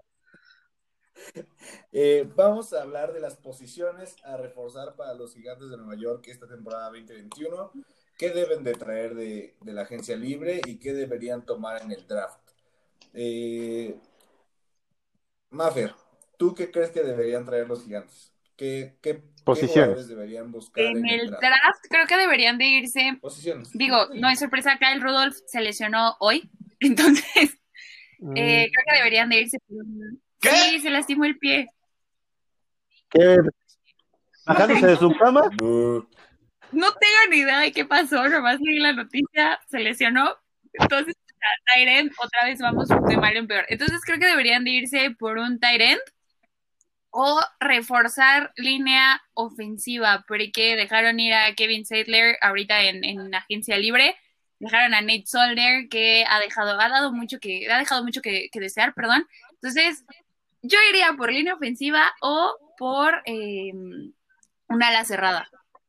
Eh, vamos a hablar de las posiciones a reforzar para los Gigantes de Nueva York esta temporada veinte veintiuno. ¿Qué deben de traer de, de la agencia libre y qué deberían tomar en el draft? Eh, Mafer, ¿tú qué crees que deberían traer los Gigantes? ¿Qué, qué, qué jugadores Posiciones. deberían buscar En en el el draft? draft creo que deberían de irse. Posiciones. Digo, no es sorpresa, Kyle Rudolph se lesionó hoy, entonces Eh, Mm, creo que deberían de irse por un... ¿Qué? Sí, se lastimó el pie. ¿Qué? ¿Bajándose de su cama? Bu. No tengo ni idea de qué pasó, nomás leí la noticia, se lesionó. Entonces, a tight end, otra vez vamos de mal en peor. Entonces, creo que deberían de irse por un tight end o reforzar línea ofensiva, porque dejaron ir a Kevin Saitler ahorita en, en agencia libre, dejaron a Nate Solder, que ha dejado, ha dado mucho que, ha dejado mucho que, que desear, perdón. Entonces, yo iría por línea ofensiva o por eh, una ala cerrada.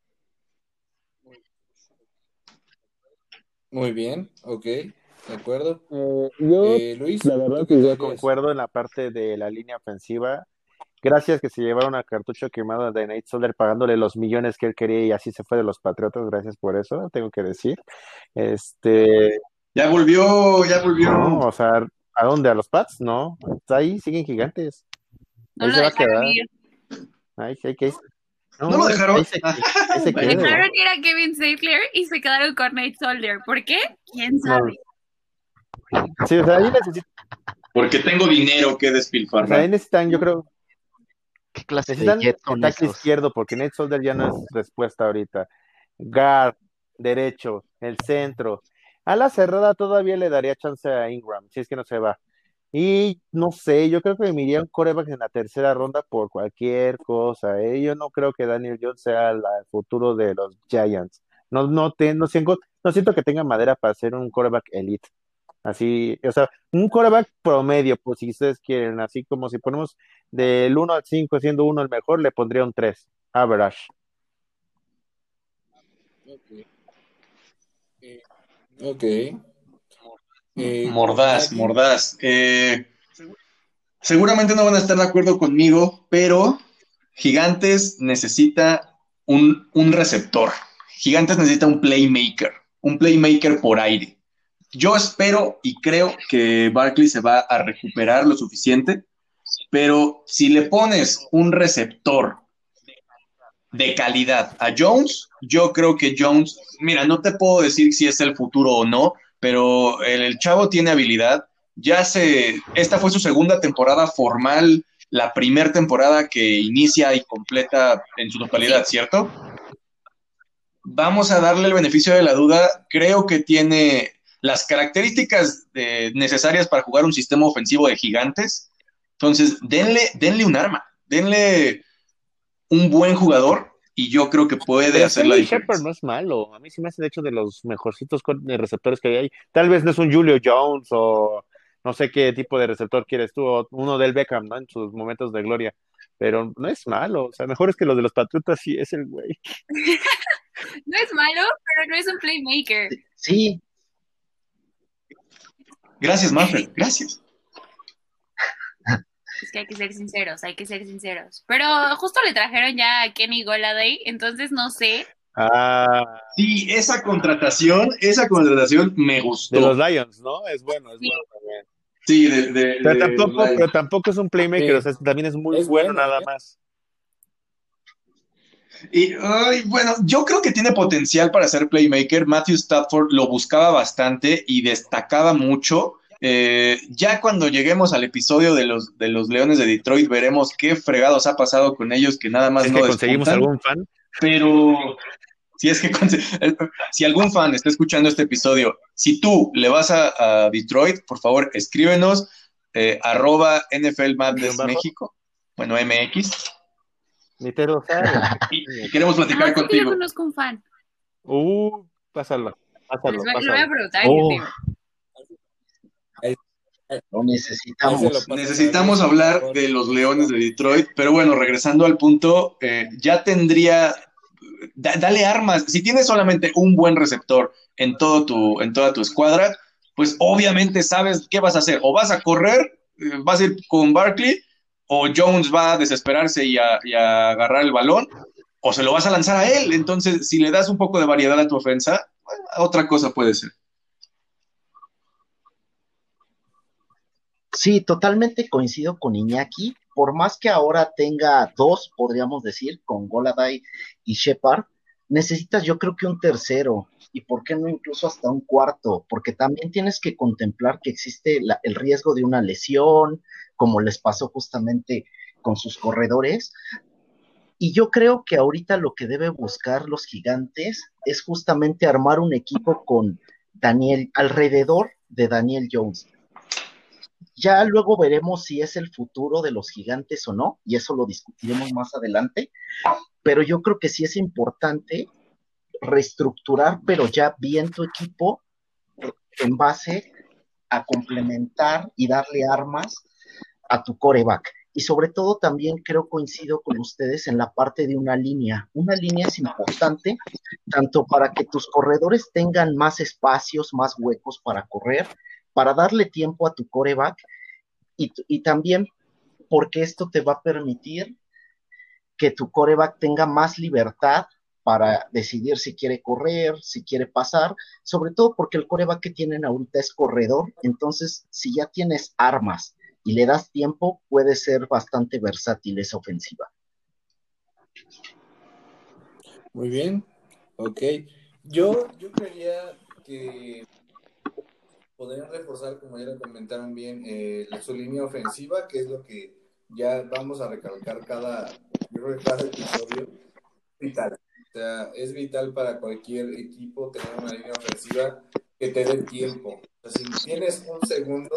Muy bien, ok, de acuerdo. Eh, yo, Eh, Luis, la verdad, ¿tú qué que yo escogerías? concuerdo en la parte de la línea ofensiva. Gracias que se llevaron a cartucho quemado de Nate Solder pagándole los millones que él quería y así se fue de los Patriotas. Gracias por eso, tengo que decir. Este, Ya volvió, ya volvió. no, o sea, ¿a dónde? ¿A los Pats? No, está ahí, siguen gigantes. No Ahí lo se va a dejaron quedar. ir. Ahí, ahí, ahí- ¿No lo no, ahí dejaron? se, ahí se Bueno. queda. Dejaron ir a Kevin Saitler y se quedaron con Nate Solder. ¿Por qué? ¿Quién No, sabe? sí, o sea, ahí necesitan, Porque tengo dinero que o sea, ahí despilfarrar. necesitan, yo creo, ¿Qué clase de necesitan jets el son tackle esos? izquierdo porque Nate Solder ya no es respuesta ahorita. Guard, derecho, el centro. A la cerrada todavía le daría chance a Ingram, si es que no se va. Y no sé, yo creo que me iría un coreback en la tercera ronda por cualquier cosa, ¿eh? Yo no creo que Daniel Jones sea la- el futuro de los Giants. No, no, te, no, siento, no siento que tenga madera para ser un coreback elite. Así, o sea, un coreback promedio, pues si ustedes quieren, así como si ponemos del uno al cinco siendo uno el mejor, le pondría un tres average. Ok. Eh, Mordaz, Iñaki, mordaz. Eh, seguramente no van a estar de acuerdo conmigo, pero Gigantes necesita un, un receptor. Gigantes necesita un playmaker, un playmaker por aire. Yo espero y creo que Barkley se va a recuperar lo suficiente, pero si le pones un receptor de calidad a Jones, yo creo que Jones, mira, no te puedo decir si es el futuro o no, pero el, el chavo tiene habilidad. Ya se, esta fue su segunda temporada formal, la primera temporada que inicia y completa en su totalidad, Sí. ¿cierto? Vamos a darle el beneficio de la duda. Creo que tiene las características eh, necesarias para jugar un sistema ofensivo de Gigantes. Entonces, denle, denle un arma, denle un buen jugador y yo creo que puede Pero hacer la Sterling Shepard diferencia. no es malo. A mí sí me hace de hecho de los mejorcitos cor- de receptores que hay. Tal vez no es un Julio Jones o no sé qué tipo de receptor quieres tú, o uno del Beckham, ¿no? En sus momentos de gloria. Pero no es malo. O sea, mejor es que los de los Patriotas sí es el güey. No es malo, pero no es un playmaker. Sí, Gracias, Manfred, gracias. Es que hay que ser sinceros, hay que ser sinceros. Pero justo le trajeron ya a Kenny Golladay, entonces no sé. Ah, Sí, esa contratación, esa contratación me de gustó. los Lions, ¿no? Es bueno, es Sí, bueno también. Sí, de, de, Pero de los tampoco, pero Lions. tampoco es un playmaker, o sí, sea, también es muy es bueno bueno, nada ¿eh? más. Y ay, bueno, yo creo que tiene potencial para ser playmaker. Matthew Stafford lo buscaba bastante y destacaba mucho. Eh, ya cuando lleguemos al episodio de los, de los Leones de Detroit, veremos qué fregados ha pasado con ellos que nada Si más es no que conseguimos despuntan. algún fan. Pero si es que si algún fan está escuchando este episodio, si tú le vas a, a Detroit, por favor, escríbenos eh, arroba N F L Guión Madness bajo. México, bueno, M X, Ni te lo sabes. y, y queremos platicar ah, creo que yo contigo. conozco un fan. Uh, pásalo, pásalo, Les voy, le voy pásalo. a preguntar. oh, Ahí, ahí- lo ahí se necesitamos. lo pasas a Necesitamos Luis, por hablar favor, de los Luis. Leones de Detroit, pero bueno, regresando al punto, eh, ya tendría, da- dale armas. Si tienes solamente un buen receptor en todo tu, en toda tu escuadra, pues obviamente sabes qué vas a hacer. O vas a correr, eh, vas a ir con Barkley, o Jones va a desesperarse y a, y a agarrar el balón, o se lo vas a lanzar a él. Entonces, si le das un poco de variedad a tu ofensa, bueno, otra cosa puede ser. Sí, totalmente coincido con Iñaki. Por más que ahora tenga dos, podríamos decir, con Goladay y Shepard, necesitas yo creo que un tercero, y por qué no incluso hasta un cuarto, porque también tienes que contemplar que existe la, el riesgo de una lesión, como les pasó justamente con sus corredores. Y yo creo que ahorita lo que debe buscar los Gigantes es justamente armar un equipo con Daniel, alrededor de Daniel Jones. Ya luego veremos si es el futuro de los Gigantes o no, y eso lo discutiremos más adelante, pero yo creo que sí es importante reestructurar, pero ya bien tu equipo en base a complementar y darle armas a tu coreback. Y sobre todo también creo coincido con ustedes en la parte de una línea. Una línea es importante tanto para que tus corredores tengan más espacios, más huecos para correr, para darle tiempo a tu coreback y, y también porque esto te va a permitir que tu coreback tenga más libertad para decidir si quiere correr, si quiere pasar, sobre todo porque el coreback que tienen ahorita es corredor, entonces si ya tienes armas y le das tiempo, puede ser bastante versátil esa ofensiva. Muy bien, ok. Yo, yo creería que podrían reforzar, como ya lo comentaron bien, eh, su línea ofensiva, que es lo que ya vamos a recalcar cada, yo creo que cada episodio, vital. O sea, es vital para cualquier equipo tener una línea ofensiva que te dé tiempo. O sea, si tienes un segundo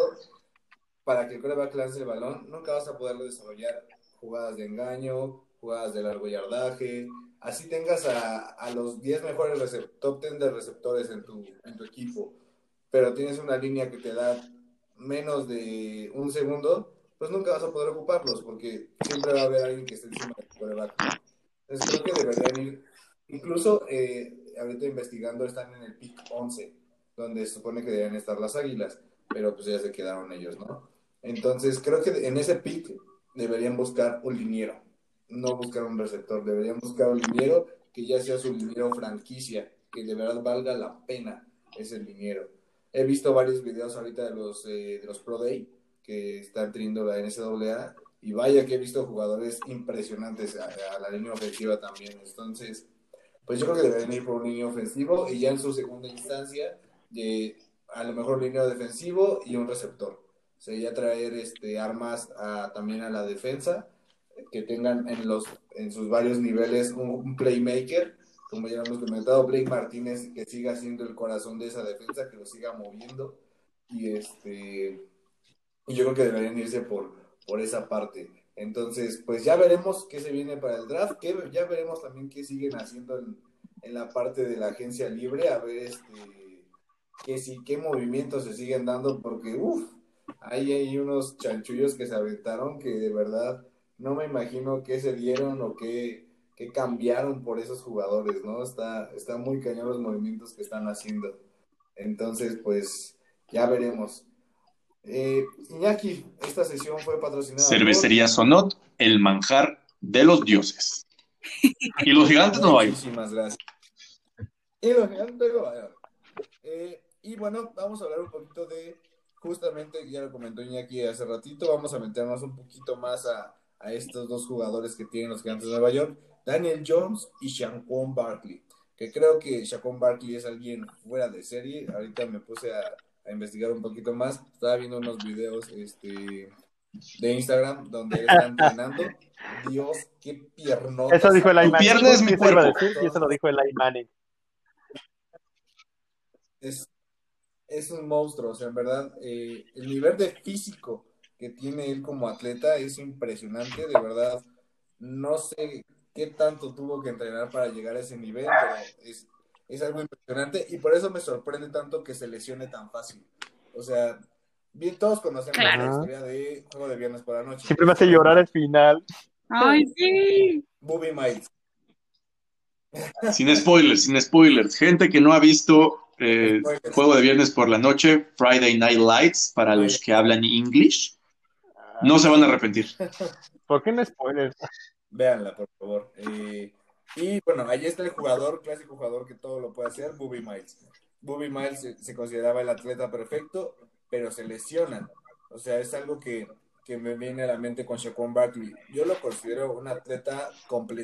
para que el quarterback lance el balón, nunca vas a poder desarrollar jugadas de engaño, jugadas de largo yardaje. Así tengas a, a los diez mejores recept- top diez de receptores en tu, en tu equipo, pero tienes una línea que te da menos de un segundo, pues nunca vas a poder ocuparlos, porque siempre va a haber alguien que esté encima del quarterback, ¿no? Entonces creo que deberían ir, incluso eh, ahorita investigando, están en el pick once, donde se supone que deberían estar las Águilas, pero pues ya se quedaron ellos, ¿no? Entonces creo que en ese pick deberían buscar un liniero, no buscar un receptor, deberían buscar un liniero que ya sea su liniero franquicia, que de verdad valga la pena ese liniero. He visto varios videos ahorita de los, eh, de los Pro Day que están teniendo la N C A A, y vaya que he visto jugadores impresionantes a, a la línea ofensiva también. Entonces, pues yo creo que deberían ir por un línea ofensivo y ya en su segunda instancia, de, a lo mejor línea defensivo y un receptor. O sea, ya traer este, armas a, también a la defensa, que tengan en, los, en sus varios niveles un, un playmaker, como ya hemos comentado, Blake Martínez, que siga siendo el corazón de esa defensa, que lo siga moviendo. Y este y yo creo que deberían irse por, por esa parte. Entonces, pues ya veremos qué se viene para el draft, que ya veremos también qué siguen haciendo en, en la parte de la agencia libre, a ver este qué, sí, qué movimientos se siguen dando, porque uff, ahí hay unos chanchullos que se aventaron que de verdad no me imagino qué se dieron o qué, qué cambiaron por esos jugadores, ¿no? Está, está muy cañón los movimientos que están haciendo. Entonces, pues ya veremos. Eh, Iñaki, esta sesión fue patrocinada Cervecería Sonot, el manjar de los dioses. Y los Gigantes por... no vayan. Muchísimas gracias. Y los gigantes de Nueva York. Eh, y bueno, vamos a hablar un poquito de, justamente, ya lo comentó Iñaki hace ratito, vamos a meternos un poquito más a, a estos dos jugadores que tienen los Gigantes de Nueva York, Daniel Jones y Saquon Barkley, que creo que Saquon Barkley es alguien fuera de serie. Ahorita me puse a, a investigar un poquito más, estaba viendo unos videos este, de Instagram donde él está entrenando. Dios, qué piernotas. Eso dijo el Tu pierna es mi Eso iba a cuerpo. decir, y eso lo dijo el Manning. Es, es un monstruo, o sea, en verdad, eh, el nivel de físico que tiene él como atleta es impresionante, de verdad. No sé qué tanto tuvo que entrenar para llegar a ese nivel, pero es, es algo impresionante y por eso me sorprende tanto que se lesione tan fácil. O sea, bien, todos conocemos Claro. la historia de Juego de Viernes por la Noche. Siempre me hace llorar al final. Ay, sí. Bobby Miles. Sin spoilers, sin spoilers. Gente que no ha visto eh, Spoilers. Juego de Viernes por la Noche, Friday Night Lights, para los que hablan English, no se van a arrepentir. ¿Por qué no spoilers? Véanla, por favor. Eh, y bueno, ahí está el jugador, clásico jugador que todo lo puede hacer, Bobby Miles. Bobby Miles se, se consideraba el atleta perfecto, pero se lesiona. O sea, es algo que, que me viene a la mente con Saquon Barkley. Yo lo considero un atleta completo.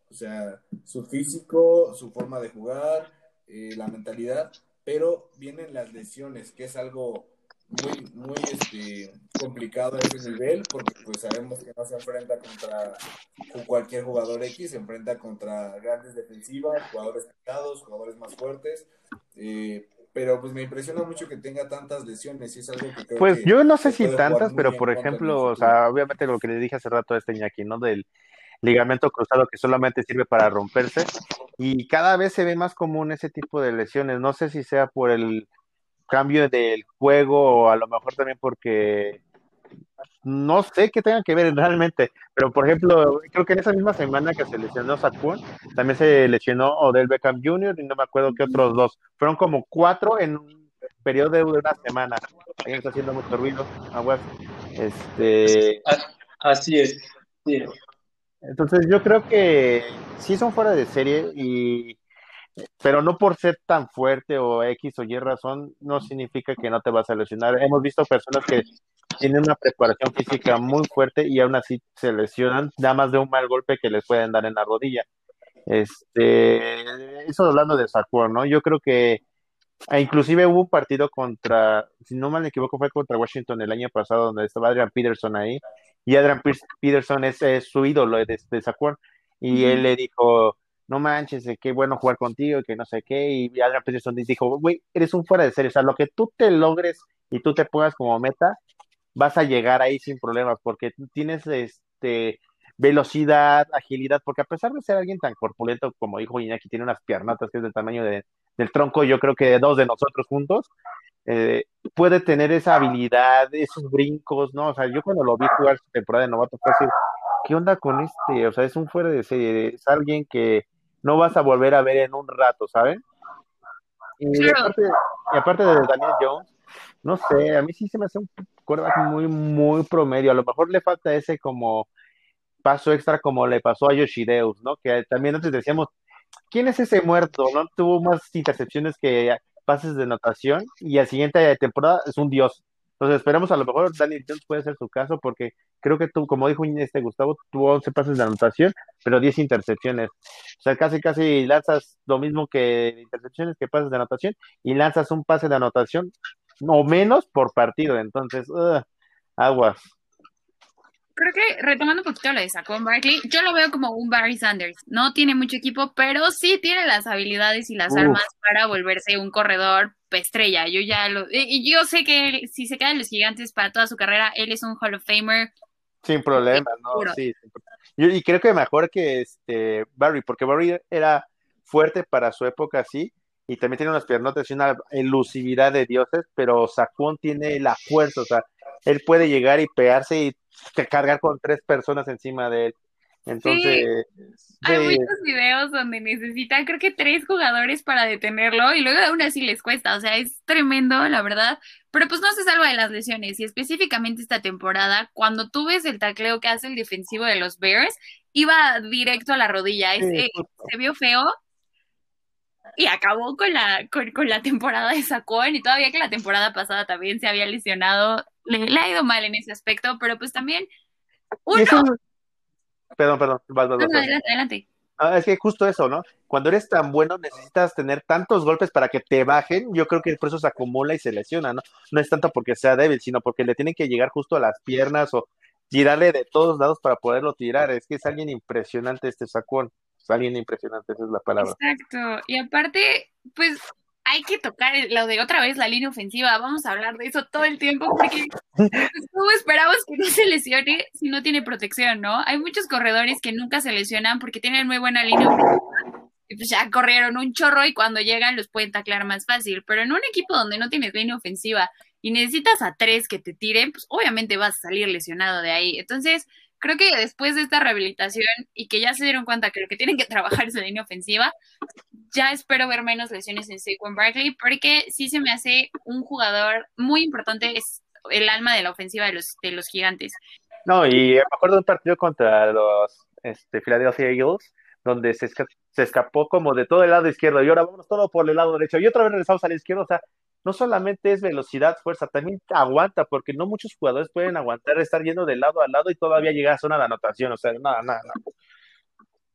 O sea, su físico, su forma de jugar, eh, la mentalidad, pero vienen las lesiones, que es algo muy, muy este, complicado a ese nivel, porque pues sabemos que no se enfrenta contra cualquier jugador X, se enfrenta contra grandes defensivas, jugadores pesados, jugadores más fuertes, eh, pero pues me impresiona mucho que tenga tantas lesiones y es algo que creo Pues que yo no sé le si puede jugar tantas, pero muy en por contra en el ejemplo, o futuro. sea, obviamente lo que le dije hace rato a este Iñaki, ¿no? Del ligamento cruzado que solamente sirve para romperse y cada vez se ve más común ese tipo de lesiones. No sé si sea por el cambio del juego o a lo mejor también porque no sé qué tenga que ver realmente, pero por ejemplo, creo que en esa misma semana que se lesionó Saquon, también se lesionó Odell Beckham junior y no me acuerdo qué otros dos. Fueron como cuatro en un periodo de una semana. Alguien está haciendo mucho ruido, aguas. Este, A- Así es. Sí. entonces yo creo que sí son fuera de serie y pero no por ser tan fuerte o X o Y razón, no significa que no te vas a lesionar. Hemos visto personas que tienen una preparación física muy fuerte y aún así se lesionan, nada más de un mal golpe que les pueden dar en la rodilla. Este, eso hablando de Saquon, ¿no? Yo creo que e inclusive hubo un partido contra, si no mal me equivoco, fue contra Washington el año pasado, donde estaba Adrian Peterson ahí, y Adrian Pe- Peterson es, es su ídolo de, de Saquon, y él le dijo, no manches, eh, qué bueno jugar contigo, y que no sé qué, y Adrian Peterson dijo, güey, eres un fuera de serie, o sea, lo que tú te logres y tú te pongas como meta, vas a llegar ahí sin problemas, porque tú tienes este velocidad, agilidad, porque a pesar de ser alguien tan corpulento como dijo Iñaki, tiene unas piernatas que es del tamaño de, del tronco, yo creo que de dos de nosotros juntos, eh, puede tener esa habilidad, esos brincos, ¿no? O sea, yo cuando lo vi jugar su temporada de novato fue así, ¿qué onda con este? O sea, es un fuera de serie, es alguien que no vas a volver a ver en un rato, ¿saben? Y Claro, aparte, y aparte de Daniel Jones, no sé, a mí sí se me hace un quarterback muy, muy promedio. A lo mejor le falta ese como paso extra como le pasó a Yoshideus, ¿no? Que también antes decíamos, ¿quién es ese muerto? ¿No? Tuvo más intercepciones que pases de anotación y al siguiente temporada es un dios. Entonces esperamos a lo mejor Daniel Jones puede ser su caso porque creo que tú, como dijo este Gustavo, tuvo once pases de anotación, pero diez intercepciones. O sea, casi casi lanzas lo mismo que intercepciones que pases de anotación y lanzas un pase de anotación o menos por partido. Entonces, ugh, aguas. creo que retomando un poquito lo de Saquon Barkley, yo lo veo como un Barry Sanders. No tiene mucho equipo, pero sí tiene las habilidades y las Uf, armas para volverse un corredor estrella. Yo ya lo. Y y yo sé que él, si se queda en los Gigantes para toda su carrera, él es un Hall of Famer sin problema, ¿no? seguro. Sí. Sin pro- Yo, y creo que mejor que este Barry, porque Barry era fuerte para su época, sí, y también tiene unas piernotas y una elusividad de dioses, pero Saquon tiene la fuerza, o sea, él puede llegar y pegarse y que cargar con tres personas encima de él. Sí, Entonces, hay sí, muchos videos donde necesitan, creo que tres jugadores para detenerlo y luego aún así les cuesta, o sea, es tremendo, la verdad, pero pues no se salva de las lesiones y específicamente esta temporada, cuando tú ves el tacleo que hace el defensivo de los Bears, iba directo a la rodilla, es, sí, eh, justo. se vio feo y acabó con la, con, con la temporada de Saquon y todavía que la temporada pasada también se había lesionado, le, le ha ido mal en ese aspecto, pero pues también Y uno, es un, perdón, perdón, vas, vas, no, vas, no, vas. adelante, adelante. Ah, es que justo eso, ¿no? Cuando eres tan bueno necesitas tener tantos golpes para que te bajen, yo creo que por eso se acumula y se lesiona, ¿no? No es tanto porque sea débil, sino porque le tienen que llegar justo a las piernas o tirarle de todos lados para poderlo tirar. Es que es alguien impresionante este Saquon, es alguien impresionante, esa es la palabra. Exacto. Y aparte, pues hay que tocar el- lo de otra vez la línea ofensiva. Vamos a hablar de eso todo el tiempo porque pues, ¿cómo esperamos que no se lesione si no tiene protección, no? Hay muchos corredores que nunca se lesionan porque tienen muy buena línea ofensiva y pues ya corrieron un chorro y cuando llegan los pueden taclear más fácil. Pero en un equipo donde no tienes línea ofensiva y necesitas a tres que te tiren, pues obviamente vas a salir lesionado de ahí. Entonces, creo que después de esta rehabilitación y que ya se dieron cuenta que lo que tienen que trabajar es la línea ofensiva, ya espero ver menos lesiones en Saquon Barkley porque sí se me hace un jugador muy importante, es el alma de la ofensiva de los, de los gigantes. No, y me acuerdo de un partido contra los este, Philadelphia Eagles, donde se, esca- se escapó como de todo el lado izquierdo, y ahora vamos todo por el lado derecho, y otra vez regresamos al izquierdo, o sea, no solamente es velocidad, fuerza, también aguanta, porque no muchos jugadores pueden aguantar estar yendo de lado a lado y todavía llegar a zona de anotación, o sea, nada, nada, nada.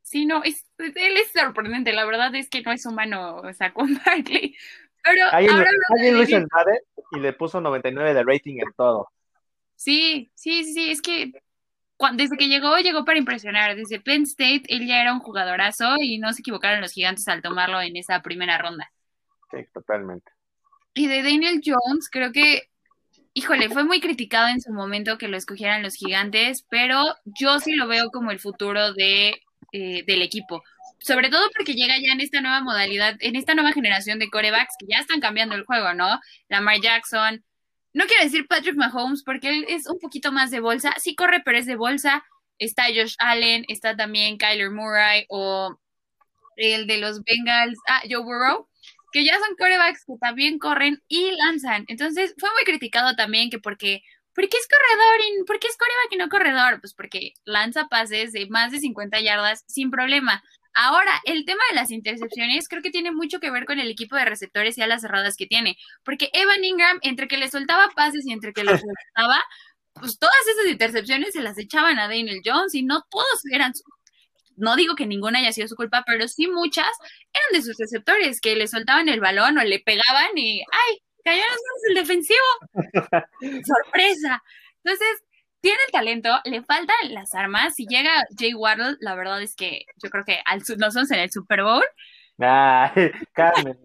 Sí, no, es, él es sorprendente, la verdad es que no es humano Saquon Barkley. Pero Alguien, ahora alguien hablando lo de hizo Daniel, en Madden y le puso noventa y nueve de rating en todo. sí, sí, sí, sí, es que cuan- desde que llegó, llegó para impresionar. Desde Penn State, él ya era un jugadorazo y no se equivocaron los gigantes al tomarlo en esa primera ronda. Sí, totalmente. Y de Daniel Jones, creo que, híjole, fue muy criticado en su momento que lo escogieran los gigantes, pero yo sí lo veo como el futuro de, eh, del equipo. Sobre todo porque llega ya en esta nueva modalidad, en esta nueva generación de corebacks que ya están cambiando el juego, ¿no? Lamar Jackson, no quiero decir Patrick Mahomes porque él es un poquito más de bolsa, sí corre, pero es de bolsa. Está Josh Allen, está también Kyler Murray o el de los Bengals, ah, Joe Burrow, que ya son corebacks que también corren y lanzan. Entonces fue muy criticado también que porque, ¿por qué es corredor y por qué es coreback y no corredor? Pues porque lanza pases de más de cincuenta yardas sin problema. Ahora, el tema de las intercepciones creo que tiene mucho que ver con el equipo de receptores y alas cerradas que tiene, porque Evan Ingram, entre que le soltaba pases y entre que los soltaba, pues todas esas intercepciones se las echaban a Daniel Jones y no todos eran no digo que ninguna haya sido su culpa, pero sí muchas eran de sus receptores, que le soltaban el balón o le pegaban y ¡ay! Cayó en las manos del defensivo. ¡Sorpresa! Entonces, tiene el talento, le faltan las armas. Si llega Jay Waddle, la verdad es que yo creo que al, no somos en el Super Bowl. Ay, cálmenla.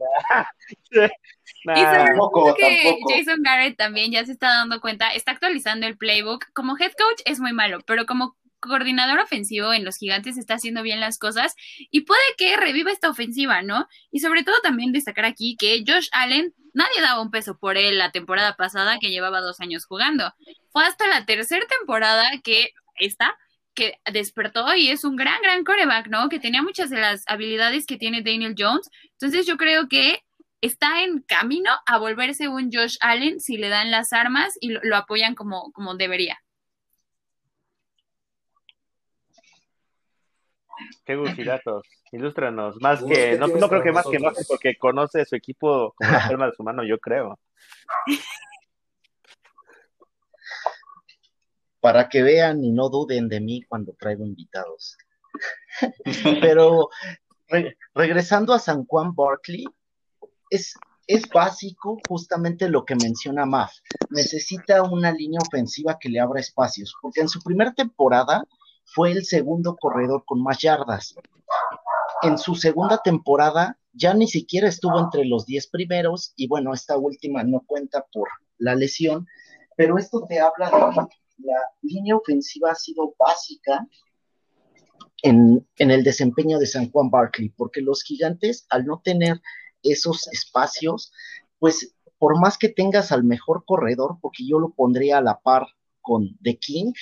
Y sobre Nah. todo que tampoco. Jason Garrett también ya se está dando cuenta, está actualizando el playbook. Como head coach es muy malo, pero como coordinador ofensivo en los Gigantes está haciendo bien las cosas y puede que reviva esta ofensiva, ¿no? Y sobre todo también destacar aquí que Josh Allen, nadie daba un peso por él la temporada pasada que llevaba dos años jugando. Fue hasta la tercera temporada que esta que despertó y es un gran, gran coreback, ¿no? Que tenía muchas de las habilidades que tiene Daniel Jones. Entonces yo creo que está en camino a volverse un Josh Allen si le dan las armas y lo, lo apoyan como, como debería. Qué gustidatos. Ilústranos. Más Gus, que, ¿qué no, tienes no creo para que más que más nosotros? porque conoce su equipo como la palma de su mano, yo creo. Para que vean y no duden de mí cuando traigo invitados. Pero re- regresando a San Juan Barkley, es, es básico justamente lo que menciona Maf. Necesita una línea ofensiva que le abra espacios, porque en su primera temporada fue el segundo corredor con más yardas. En su segunda temporada ya ni siquiera estuvo entre los diez primeros, y bueno, esta última no cuenta por la lesión, pero esto te habla de que la línea ofensiva ha sido básica en, en el desempeño de San Juan Barkley, porque los Gigantes, al no tener esos espacios, pues por más que tengas al mejor corredor, porque yo lo pondría a la par con The King,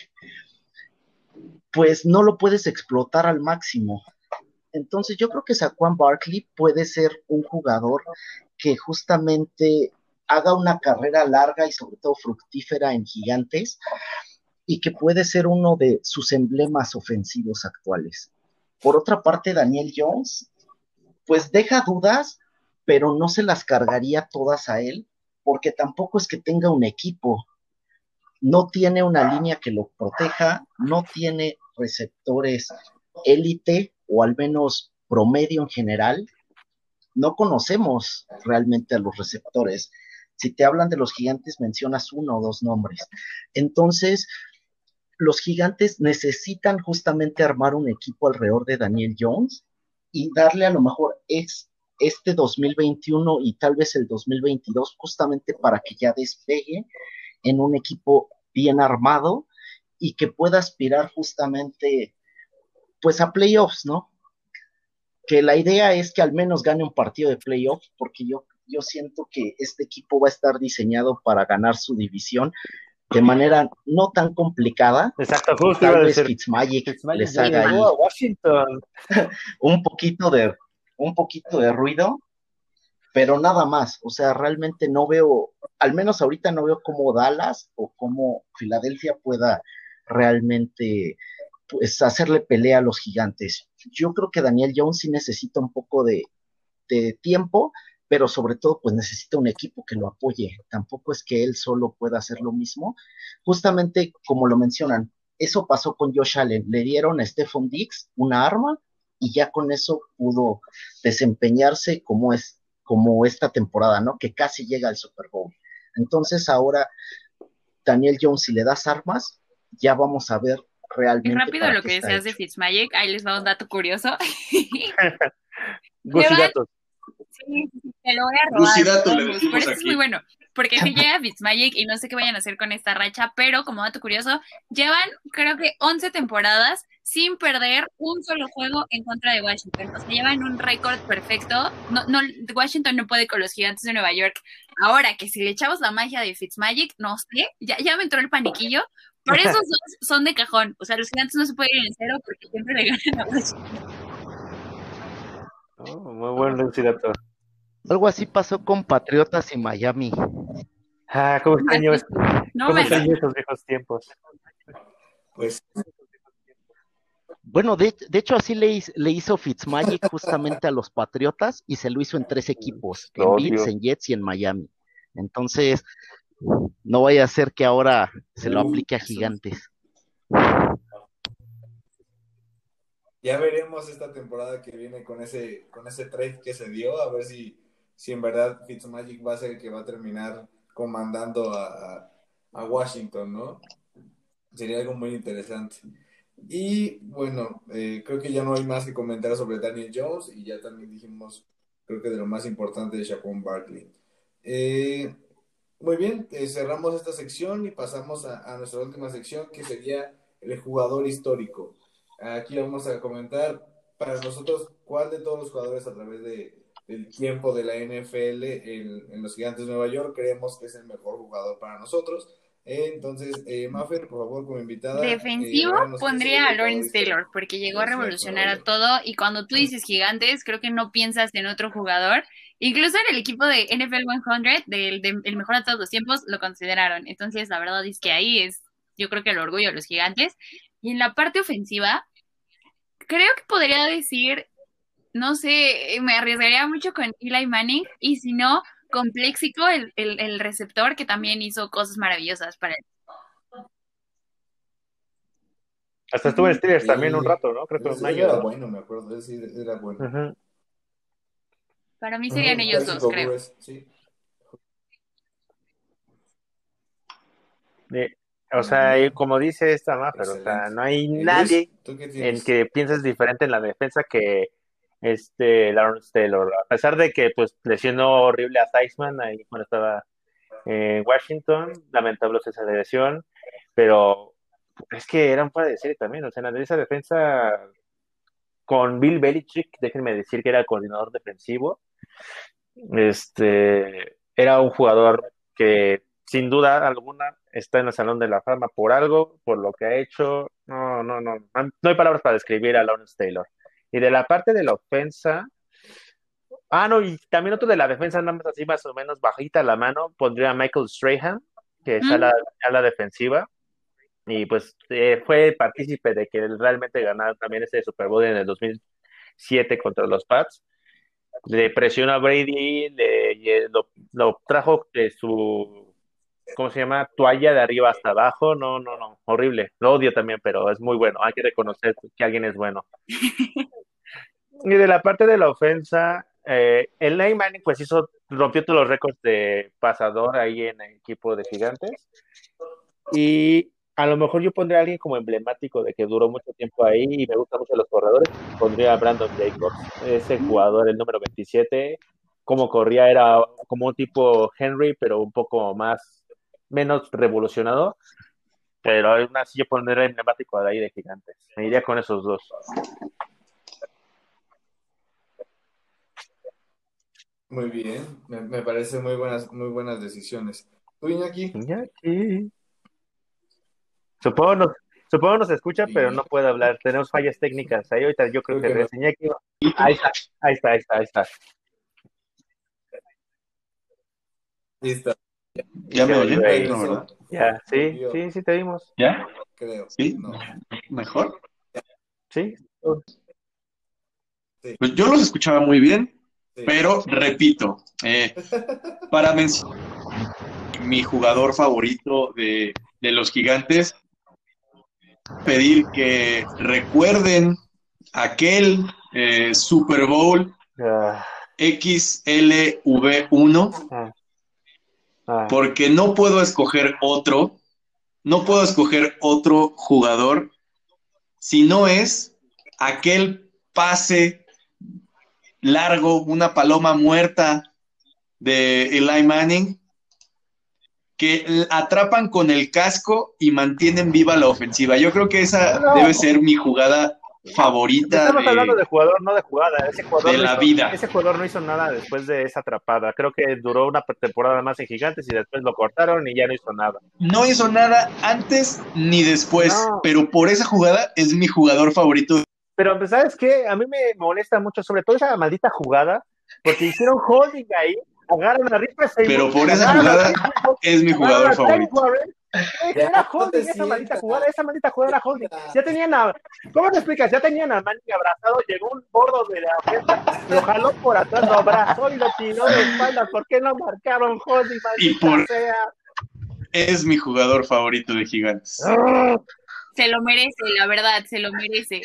pues no lo puedes explotar al máximo. Entonces yo creo que Saquon Barkley puede ser un jugador que justamente haga una carrera larga y sobre todo fructífera en Gigantes y que puede ser uno de sus emblemas ofensivos actuales. Por otra parte, Daniel Jones, pues deja dudas, pero no se las cargaría todas a él, porque tampoco es que tenga un equipo. No tiene una línea que lo proteja, no tiene receptores élite, o al menos promedio en general. No conocemos realmente a los receptores. Si te hablan de los Gigantes, mencionas uno o dos nombres. Entonces, los Gigantes necesitan justamente armar un equipo alrededor de Daniel Jones y darle a lo mejor es, este dos mil veintiuno y tal vez el dos mil veintidós justamente para que ya despegue en un equipo bien armado y que pueda aspirar justamente pues a playoffs, ¿no? Que la idea es que al menos gane un partido de playoffs, porque yo, yo siento que este equipo va a estar diseñado para ganar su división de manera no tan complicada. Exacto, justo iba Tal a vez decir. Fitzmagic Fitzmagic les ya haga ahí llegó a Washington. un poquito de un poquito de ruido, pero nada más. O sea, realmente no veo, al menos ahorita no veo cómo Dallas o cómo Filadelfia pueda realmente pues hacerle pelea a los Gigantes. Yo creo que Daniel Jones sí necesita un poco de, de tiempo, pero sobre todo pues necesita un equipo que lo apoye. Tampoco es que él solo pueda hacer lo mismo. Justamente como lo mencionan, eso pasó con Josh Allen. Le dieron a Stephon Diggs una arma y ya con eso pudo desempeñarse como es, como esta temporada, ¿no? Que casi llega al Super Bowl. Entonces ahora, Daniel Jones, si le das armas, ya vamos a ver realmente. Y rápido para lo qué que está decías de hecho. Fitzmagic, ahí les va un dato curioso. Gusi Llevan, datos. sí, te lo voy a robar, Lucidato le Gus, decimos pero esto es muy aquí. bueno, porque si llega Fitzmagic y no sé qué vayan a hacer con esta racha, pero como dato curioso, llevan creo que once temporadas sin perder un solo juego en contra de Washington. O sea, llevan un récord perfecto. No, no, Washington no puede con los Gigantes de Nueva York. Ahora que si le echamos la magia de Fitzmagic, no sé, ya, ya me entró el paniquillo. Por esos dos son de cajón. O sea, los Gigantes no se pueden ir en cero porque siempre le ganan a Washington. Oh, muy buen Gusi dato. Algo así pasó con Patriotas y Miami. Ah, ¿cómo extraño, es- No cómo me extraño esos viejos tiempos? Pues Bueno, de, de hecho así le, hiz- le hizo Fitzmagic justamente a los Patriotas y se lo hizo en tres equipos, Lo en odio. Bills, en Jets y en Miami. Entonces, no vaya a ser que ahora se lo aplique a Gigantes. ya veremos esta temporada que viene con ese, con ese trade que se dio, a ver si, si en verdad Fitzmagic va a ser el que va a terminar comandando a, a- a Washington, ¿no? Sería algo muy interesante. Y bueno, eh, creo que ya no hay más que comentar sobre Daniel Jones y ya también dijimos, creo que de lo más importante de Saquon Barkley. Eh, muy bien, eh, cerramos esta sección y pasamos a, a nuestra última sección que sería el jugador histórico. Aquí vamos a comentar para nosotros cuál de todos los jugadores a través de, del tiempo de la N F L en, en los Gigantes de Nueva York creemos que es el mejor jugador para nosotros. Eh, entonces, eh, Maffer, por favor, como invitada, eh, defensivo regálanos quién sería pondría a el jugador Lawrence Taylor histórico porque llegó de a los Gigantes de revolucionar Nueva a York. todo y cuando tú dices gigantes creo que no piensas en otro jugador. Incluso en el equipo de N F L cien, del, del el mejor de todos los tiempos, lo consideraron. Entonces, la verdad es que ahí es, yo creo que el orgullo de los gigantes. Y en la parte ofensiva, creo que podría decir, no sé, me arriesgaría mucho con Eli Manning y si no, con Plexico, el, el, el receptor que también hizo cosas maravillosas para él. Hasta estuvo en Steelers Sí, también un rato, ¿no? Creo que él, un él año o era dos. bueno, me acuerdo, él sí era bueno. Ujú. Para mí serían Ujú, ellos dos, Plexico creo. Burress, sí. Eh, o Muy sea, y bien, como dice esta Maffer, o sea, excelente. no hay Eh, nadie Luis, ¿tú qué en tienes? que pienses diferente en la defensa que este Lawrence Taylor. A pesar de que pues lesionó horrible a Theismann ahí cuando estaba en Washington, lamentable esa lesión, pero es que eran fuera de serie también, o sea, en esa defensa con Bill Belichick, déjenme decir que era el coordinador defensivo, este, era un jugador que sin duda alguna está en el Salón de la Fama por algo, por lo que ha hecho. No, no, no, no hay palabras para describir a Lawrence Taylor. Y de la parte de la ofensa, ah, no, y también otro de la defensa, nada más así más o menos bajita la mano, pondría a Michael Strahan, que es a ¿Mm? la, a la defensiva, y pues eh, fue partícipe de que realmente ganaron también ese Super Bowl en el dos mil siete contra los Pats. Le presionó a Brady, le, le- lo, lo trajo de su, ¿cómo se llama? Toalla de arriba hasta abajo. No, no, no, horrible. Lo odio también, pero es muy bueno. Hay que reconocer que alguien es bueno. Y de la parte de la ofensa, eh, el Eli Manning pues hizo, rompió todos los récords de pasador ahí en el equipo de Gigantes. Y a lo mejor yo pondría a alguien como emblemático de que duró mucho tiempo ahí y me gustan mucho los corredores. Pondría a Brandon Jacobs, ese jugador, el número veintisiete. Como corría era como un tipo Henry, pero un poco más, menos revolucionado. Pero aún así yo pondría emblemático de ahí de Gigantes. Me iría con esos dos. Muy bien, me, me parece muy buenas, muy buenas decisiones. ¿Tú, Iñaki? Iñaki. Supongo nos, supongo nos escucha, pero no Iñaki. puede hablar. Tenemos fallas técnicas. Ahí ahorita yo creo Creo que que no. regresa Iñaki. Ahí está, ahí está, ahí está, ahí está. Listo. ¿Ya me Se oyen? volvió ahí. No, Regresó. ¿verdad? Ya, sí, Volvió, sí, sí te vimos. ¿Ya? creo. ¿Sí? No. ¿Mejor? Sí. Sí, Pues yo los escuchaba muy bien, sí. pero repito, eh, para mencionar mi jugador favorito de, de los Gigantes, pedir que recuerden aquel eh, Super Bowl Ah, X L V uno, ah, ah. porque no puedo escoger otro, no puedo escoger otro jugador si no es aquel pase largo, una paloma muerta de Eli Manning, que atrapan con el casco y mantienen viva la ofensiva. Yo creo que esa No, debe ser mi jugada favorita estamos hablando de, de jugador, no de jugada. Ese jugador, de no la hizo, vida. ese jugador no hizo nada después de esa atrapada. Creo que duró una temporada más en Gigantes y después lo cortaron y ya no hizo nada. No hizo nada antes ni después, No. pero por esa jugada es mi jugador favorito. Pero, pues, ¿sabes qué? A mí me molesta mucho, sobre todo esa maldita jugada, porque hicieron holding ahí, agarran a Ripper Seymour, Pero por esa agarran a jugada Tim Tebow, es mi agarran jugador a Terry favorito. Warren. Eh, Ya, Era no te holding esa maldita sientas. jugada, esa maldita jugada era holding. Ya tenían a, ¿cómo te explicas? Ya tenían a Manning abrazado, llegó un gordo de la ofensa, lo jaló por atrás, lo abrazó y lo tiró de espaldas. ¿Por qué no marcaron holding, Y maldita por sea? es mi jugador favorito de Gigantes. ¡Ah! Se lo merece, la verdad, se lo merece.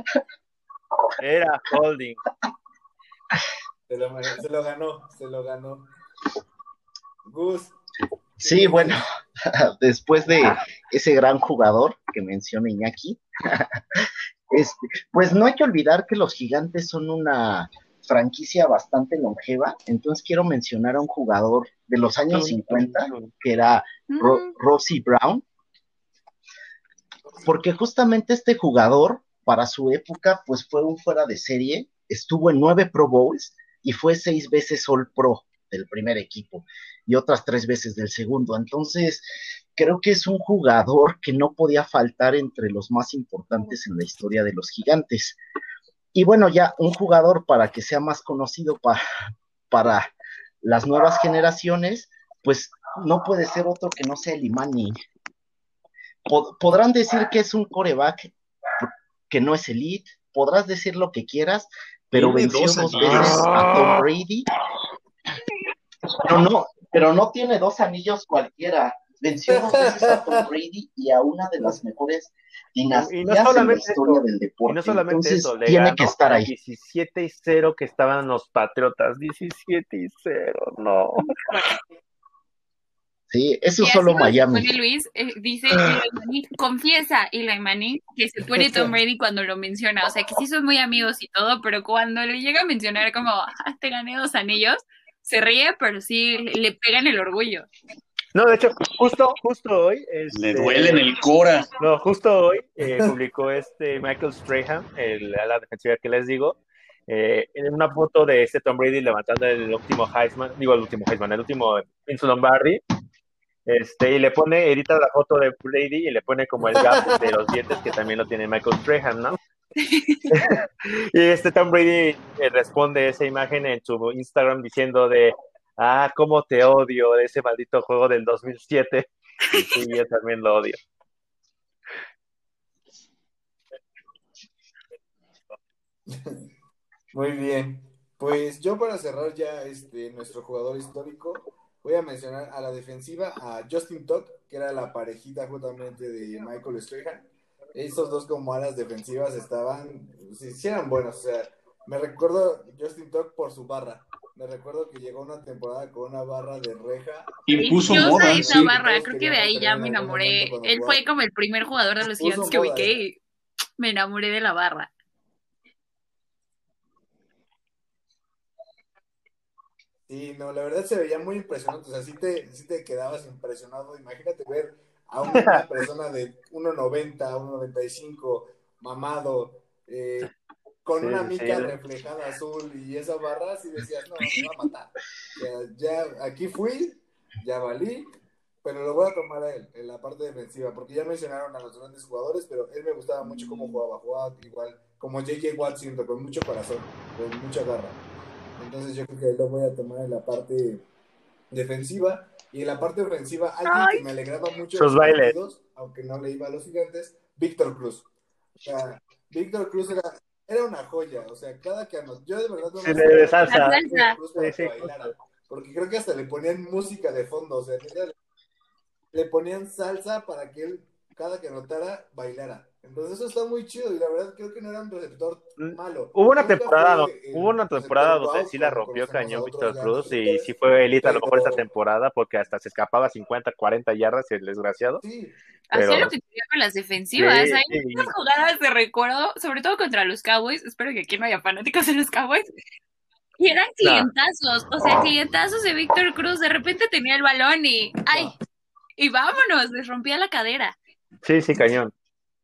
Era holding. Se lo, mere- se lo ganó, se lo ganó. Gus. Sí, bueno, después de ese gran jugador que menciona Iñaki, este, pues no hay que olvidar que los Gigantes son una franquicia bastante longeva, entonces quiero mencionar a un jugador de los años cincuenta, que era Ro- Mm, Rosie Brown, porque justamente este jugador, para su época, pues fue un fuera de serie, estuvo en nueve Pro Bowls y fue seis veces All Pro del primer equipo y otras tres veces del segundo. Entonces, creo que es un jugador que no podía faltar entre los más importantes en la historia de los Gigantes. Y bueno, ya un jugador para que sea más conocido para, para las nuevas generaciones, pues no puede ser otro que no sea Eli Manning. Pod- podrán decir que es un quarterback que no es elite, podrás decir lo que quieras, pero Tiene venció dos dos anillos. veces a Tom Brady. Pero no, pero no tiene dos anillos cualquiera. Venció dos veces a Tom Brady y a una de las mejores Y dinastías no en la solamente historia eso, del y deporte. no solamente Entonces eso, le tiene ganó que estar a ahí. diecisiete y cero que estaban los Patriotas. diecisiete y cero, no. Sí, eso Y es así solo como se Miami. pone Luis, eh, dice Eli Manning, confiesa Eli Manning que se pone Tom Brady cuando lo menciona. O sea, que sí son muy amigos y todo, pero cuando le llega a mencionar como, ah, te gané dos anillos, se ríe, pero sí le, le pega en el orgullo. No, de hecho, justo, justo hoy, Le duele en este, el cora. no, justo hoy eh, publicó este Michael Strahan, el ala defensiva que les digo, eh, en una foto de este Tom Brady levantando el último Heisman, digo el último Heisman, el último Vince Lombardi, este, y le pone, edita la foto de Brady y le pone como el gap de los dientes que también lo tiene Michael Strahan, ¿no? Y este Tom Brady eh, responde esa imagen en su Instagram diciendo de, ah, cómo te odio de ese maldito juego del dos mil siete. Y sí, yo también lo odio. Muy bien. Pues yo para cerrar ya este nuestro jugador histórico, voy a mencionar a la defensiva a Justin Tuck, que era la parejita justamente de Michael Strahan. Esos dos como alas defensivas estaban, sí, sí eran buenos. O sea, me recuerdo Justin Tuck por su barra. Me recuerdo que llegó una temporada con una barra de reja. Impuso Deliciosa moda, esa sí. barra, Todos creo que de queríamos ahí ya tener me en algún enamoré. momento cuando Él jugaba. fue como el primer jugador de los Puso Gigantes que moda, ubiqué ¿eh? y me enamoré de la barra. Sí, no, la verdad se veía muy impresionante. O sea, sí te, sí te quedabas impresionado. Imagínate ver a una persona de uno noventa, uno noventa y cinco, mamado, eh, con Sí, una sí, sí. mica reflejada azul y esa barra, sí decías, no, me va a matar. O sea, ya aquí fui, ya valí, pero lo voy a tomar a él en la parte defensiva, porque ya mencionaron a los grandes jugadores, pero él me gustaba mucho cómo jugaba, jugaba igual como J J Watt, siento, con mucho corazón, con mucha garra. Entonces yo creo que lo voy a tomar en la parte defensiva. Y en la parte ofensiva, alguien que me alegraba mucho Sus los bailes. partidos, aunque no le iba a los Gigantes, Víctor Cruz. O sea, Víctor Cruz era, era una joya. O sea, cada que anotó, yo de verdad no Sí, me de La salsa. a salsa. Víctor Cruz para Sí, sí, que bailara. Porque creo que hasta le ponían música de fondo. O sea, neta, le ponían salsa para que él, cada que anotara, bailara. Entonces eso está muy chido y la verdad creo que no era un receptor malo. Hubo una Nunca temporada, fue el hubo una temporada receptor donde wow sí la como rompió conocemos a cañón otros Víctor grandes Cruz y sí receptores, fue elite a lo mejor esta pero temporada porque hasta se escapaba cincuenta, cuarenta yardas el desgraciado, sí, Hacía pero lo que quería con las sí, defensivas. Hay sí, muchas jugadas de recuerdo, sobre todo contra los Cowboys. Espero que aquí no haya fanáticos de los Cowboys. Y eran no, clientazos, o sea, clientazos de Víctor Cruz. De repente tenía el balón y ¡ay! no. Y vámonos, les rompía la cadera. sí, sí, cañón.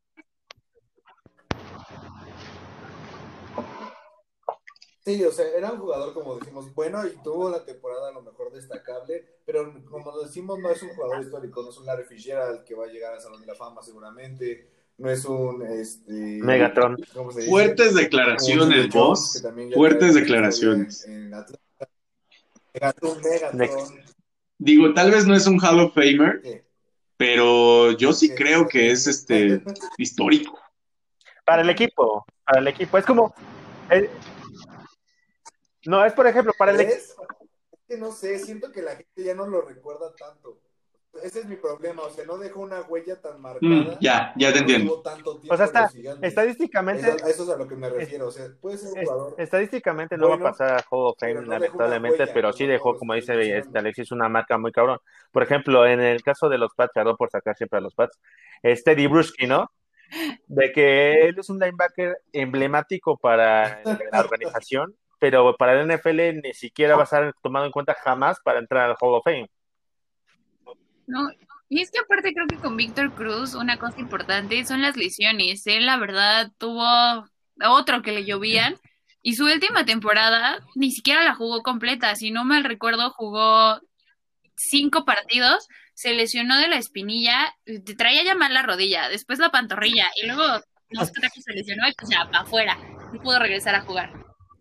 Sí, o sea, era un jugador, como decimos, bueno, y tuvo la temporada a lo mejor destacable, pero como decimos, no es un jugador histórico, no es un Larry Fitzgerald que va a llegar al Salón de la Fama seguramente, no es un, este, Megatron. ¿cómo se dice? Fuertes Un Julio declaraciones, Jones, que vos. también ya trae Fuertes mucha historia en, declaraciones. en Atlanta. Megatron, Next. Megatron, Digo, tal vez no es un Hall of Famer, ¿qué? pero yo sí ¿Qué? creo que es este histórico. Para el equipo, para el equipo, es como, eh, no, es por ejemplo, para el equipo, ¿Crees? Es que no sé, siento que la gente ya no lo recuerda tanto. Ese es mi problema, o sea, no dejó una huella tan Mm, marcada ya, ya te o no entiendo. estuvo tanto o sea, tiempo en está, los gigantes. estadísticamente, Eso, a eso es a lo que me es- refiero, o sea, puede ser un es- jugador estadísticamente no va a bueno, pasar a Hall of pero Fame, no dejó una lamentablemente, huella, pero sí como todos dejó, los como que estoy dice este mencionando. Alexis, una marca muy cabrón. Por ejemplo, en el caso de los Pats, perdón por sacar siempre a los Pats, es Teddy Bruschi, ¿no? De que él es un linebacker emblemático para la organización, pero para el N F L ni siquiera va a ser tomado en cuenta jamás para entrar al Hall of Fame. No, y es que aparte creo que con Víctor Cruz una cosa importante son las lesiones. Él, la verdad, tuvo otro que le llovían y su última temporada ni siquiera la jugó completa. Si no mal recuerdo, jugó cinco partidos, se lesionó de la espinilla, te traía ya mal la rodilla, después la pantorrilla y luego no sé qué se lesionó y pues ya, para afuera. No pudo regresar a jugar.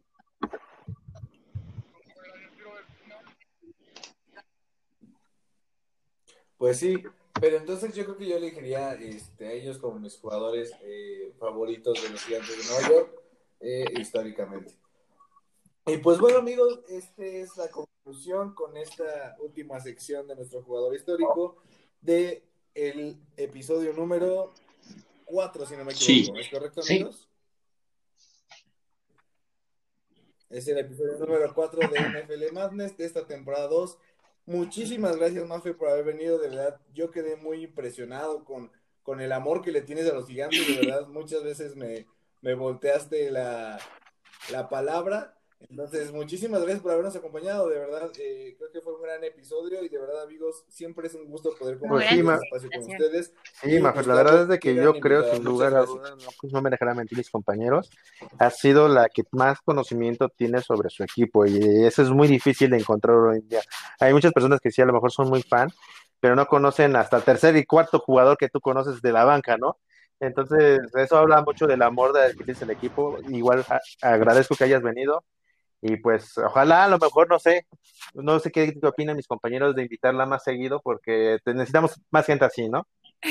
Pues sí, pero entonces yo creo que yo elegiría este, a ellos como mis jugadores eh, favoritos de los Gigantes de Nueva York, eh, históricamente. Y pues bueno, amigos, esta es la conclusión con esta última sección de nuestro jugador histórico de el episodio número cuatro, si no me equivoco. Sí. ¿Es correcto, Sí. amigos? Es el episodio número cuatro de N F L Madness de esta temporada dos. Muchísimas gracias, Mafe, por haber venido. De verdad, yo quedé muy impresionado con, con el amor que le tienes a los gigantes. De verdad, muchas veces me, me volteaste la, la palabra. Entonces, muchísimas gracias por habernos acompañado. De verdad, eh, creo que fue un gran episodio. Y de verdad, amigos, siempre es un gusto poder Pues compartir sí, este ma- espacio con Gracias. ustedes. sí, Y Mafer, la Gustavo, verdad es de qué que gran yo creo, invitada. sin Muchas lugar a gracias. dudas, no, pues no me dejarán mentir mis compañeros, ha sido la que más conocimiento tiene sobre su equipo y eso es muy difícil de encontrar hoy en día. Hay muchas personas que sí, a lo mejor son muy fan, pero no conocen hasta el tercer y cuarto jugador que tú conoces de la banca, ¿no? Entonces, eso habla mucho del amor de que tienes el equipo. Igual a- agradezco que hayas venido y pues ojalá, a lo mejor, no sé, no sé qué, qué opinan mis compañeros de invitarla más seguido porque te- necesitamos más gente así, ¿no?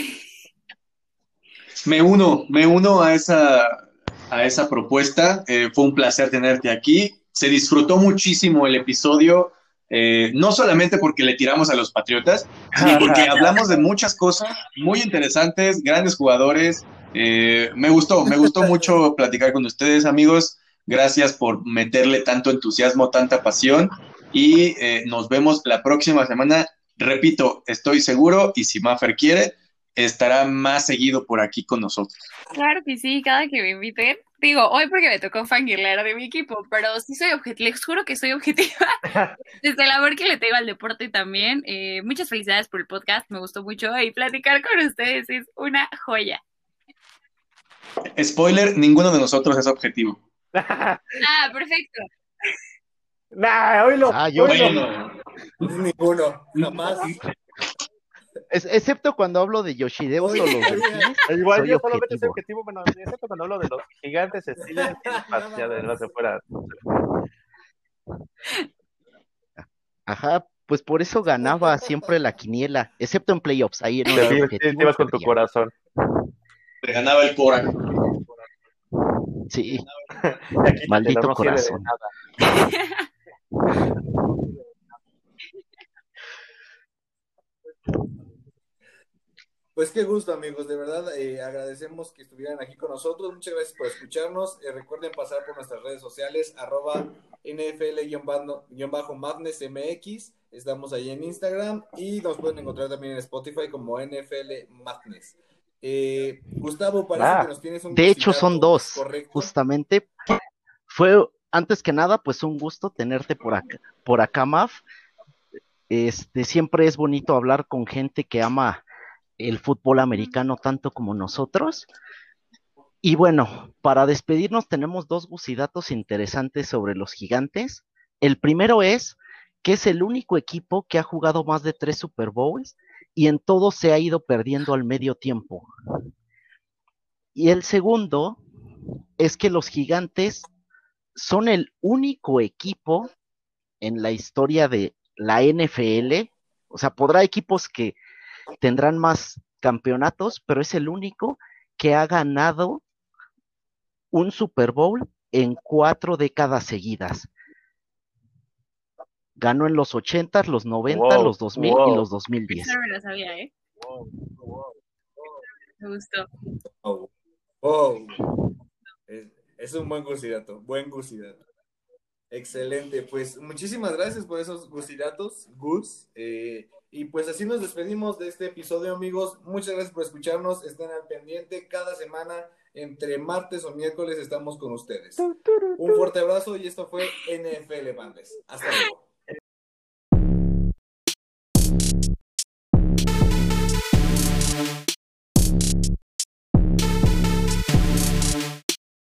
Me uno, me uno a esa, a esa propuesta. Eh, fue un placer tenerte aquí. Se disfrutó muchísimo el episodio, eh, no solamente porque le tiramos a los Patriotas, sino porque hablamos de muchas cosas muy interesantes, grandes jugadores. Eh, me gustó, me gustó mucho platicar con ustedes, amigos. Gracias por meterle tanto entusiasmo, tanta pasión. Y eh, nos vemos la próxima semana. Repito, estoy seguro, y si Maffer quiere, estará más seguido por aquí con nosotros. Claro que sí, cada que me inviten. Digo, hoy porque me tocó fangirlear de mi equipo, pero sí soy objetiva, les juro que soy objetiva. Desde el amor que le tengo al deporte también. Eh, muchas felicidades por el podcast, me gustó mucho y platicar con ustedes es una joya. Spoiler, ninguno de nosotros es objetivo. Ah, perfecto. Nah, oílo, Ah, yo oílo. sí. Ninguno, jamás. Es- excepto cuando hablo de Yoshideo Oye, o los oye, delfines, Igual soy yo solamente soy objetivo. objetivo, bueno, excepto cuando hablo de los gigantes, Steelers y Pats, ya de más de fuera. Ajá, pues por eso ganaba siempre la quiniela, excepto en playoffs, ahí no Te, era te- objetivo te y vas con tu perdía. corazón. Te ganaba el Cora. Sí, Ya quítatelo, maldito no sirve de corazón. nada. Pues qué gusto, amigos, de verdad eh, agradecemos que estuvieran aquí con nosotros, muchas gracias por escucharnos, eh, recuerden pasar por nuestras redes sociales, arroba N F L-Madness-M X, estamos ahí en Instagram y nos pueden encontrar también en Spotify como N F L Madness. Eh, Gustavo, parece Ah, que nos tienes un De hecho, son gustidato, dos, ¿correcto? justamente. Fue, antes que nada, pues un gusto tenerte por acá, por acá, Maf. Este, siempre es bonito hablar con gente que ama el fútbol americano tanto como nosotros. Y bueno, para despedirnos tenemos dos gusidatos interesantes sobre los Gigantes. El primero es que es el único equipo que ha jugado más de tres Super Bowls y en todo se ha ido perdiendo al medio tiempo. Y el segundo es que los Gigantes son el único equipo en la historia de la N F L, o sea, podrá equipos que tendrán más campeonatos, pero es el único que ha ganado un Super Bowl en cuatro décadas seguidas. Ganó en los ochenta, los noventa, Wow, los dos mil wow. y los dos mil diez. Eso no me lo sabía, ¿eh? Me gustó. Oh, oh. Es, es un buen gustidato, buen gustidato. Excelente, pues muchísimas gracias por esos gustidatos, Gus. Eh, y pues así nos despedimos de este episodio, amigos. Muchas gracias por escucharnos. Estén al pendiente. Cada semana, entre martes o miércoles, estamos con ustedes. Un fuerte abrazo y esto fue N F L Bandes. Hasta luego.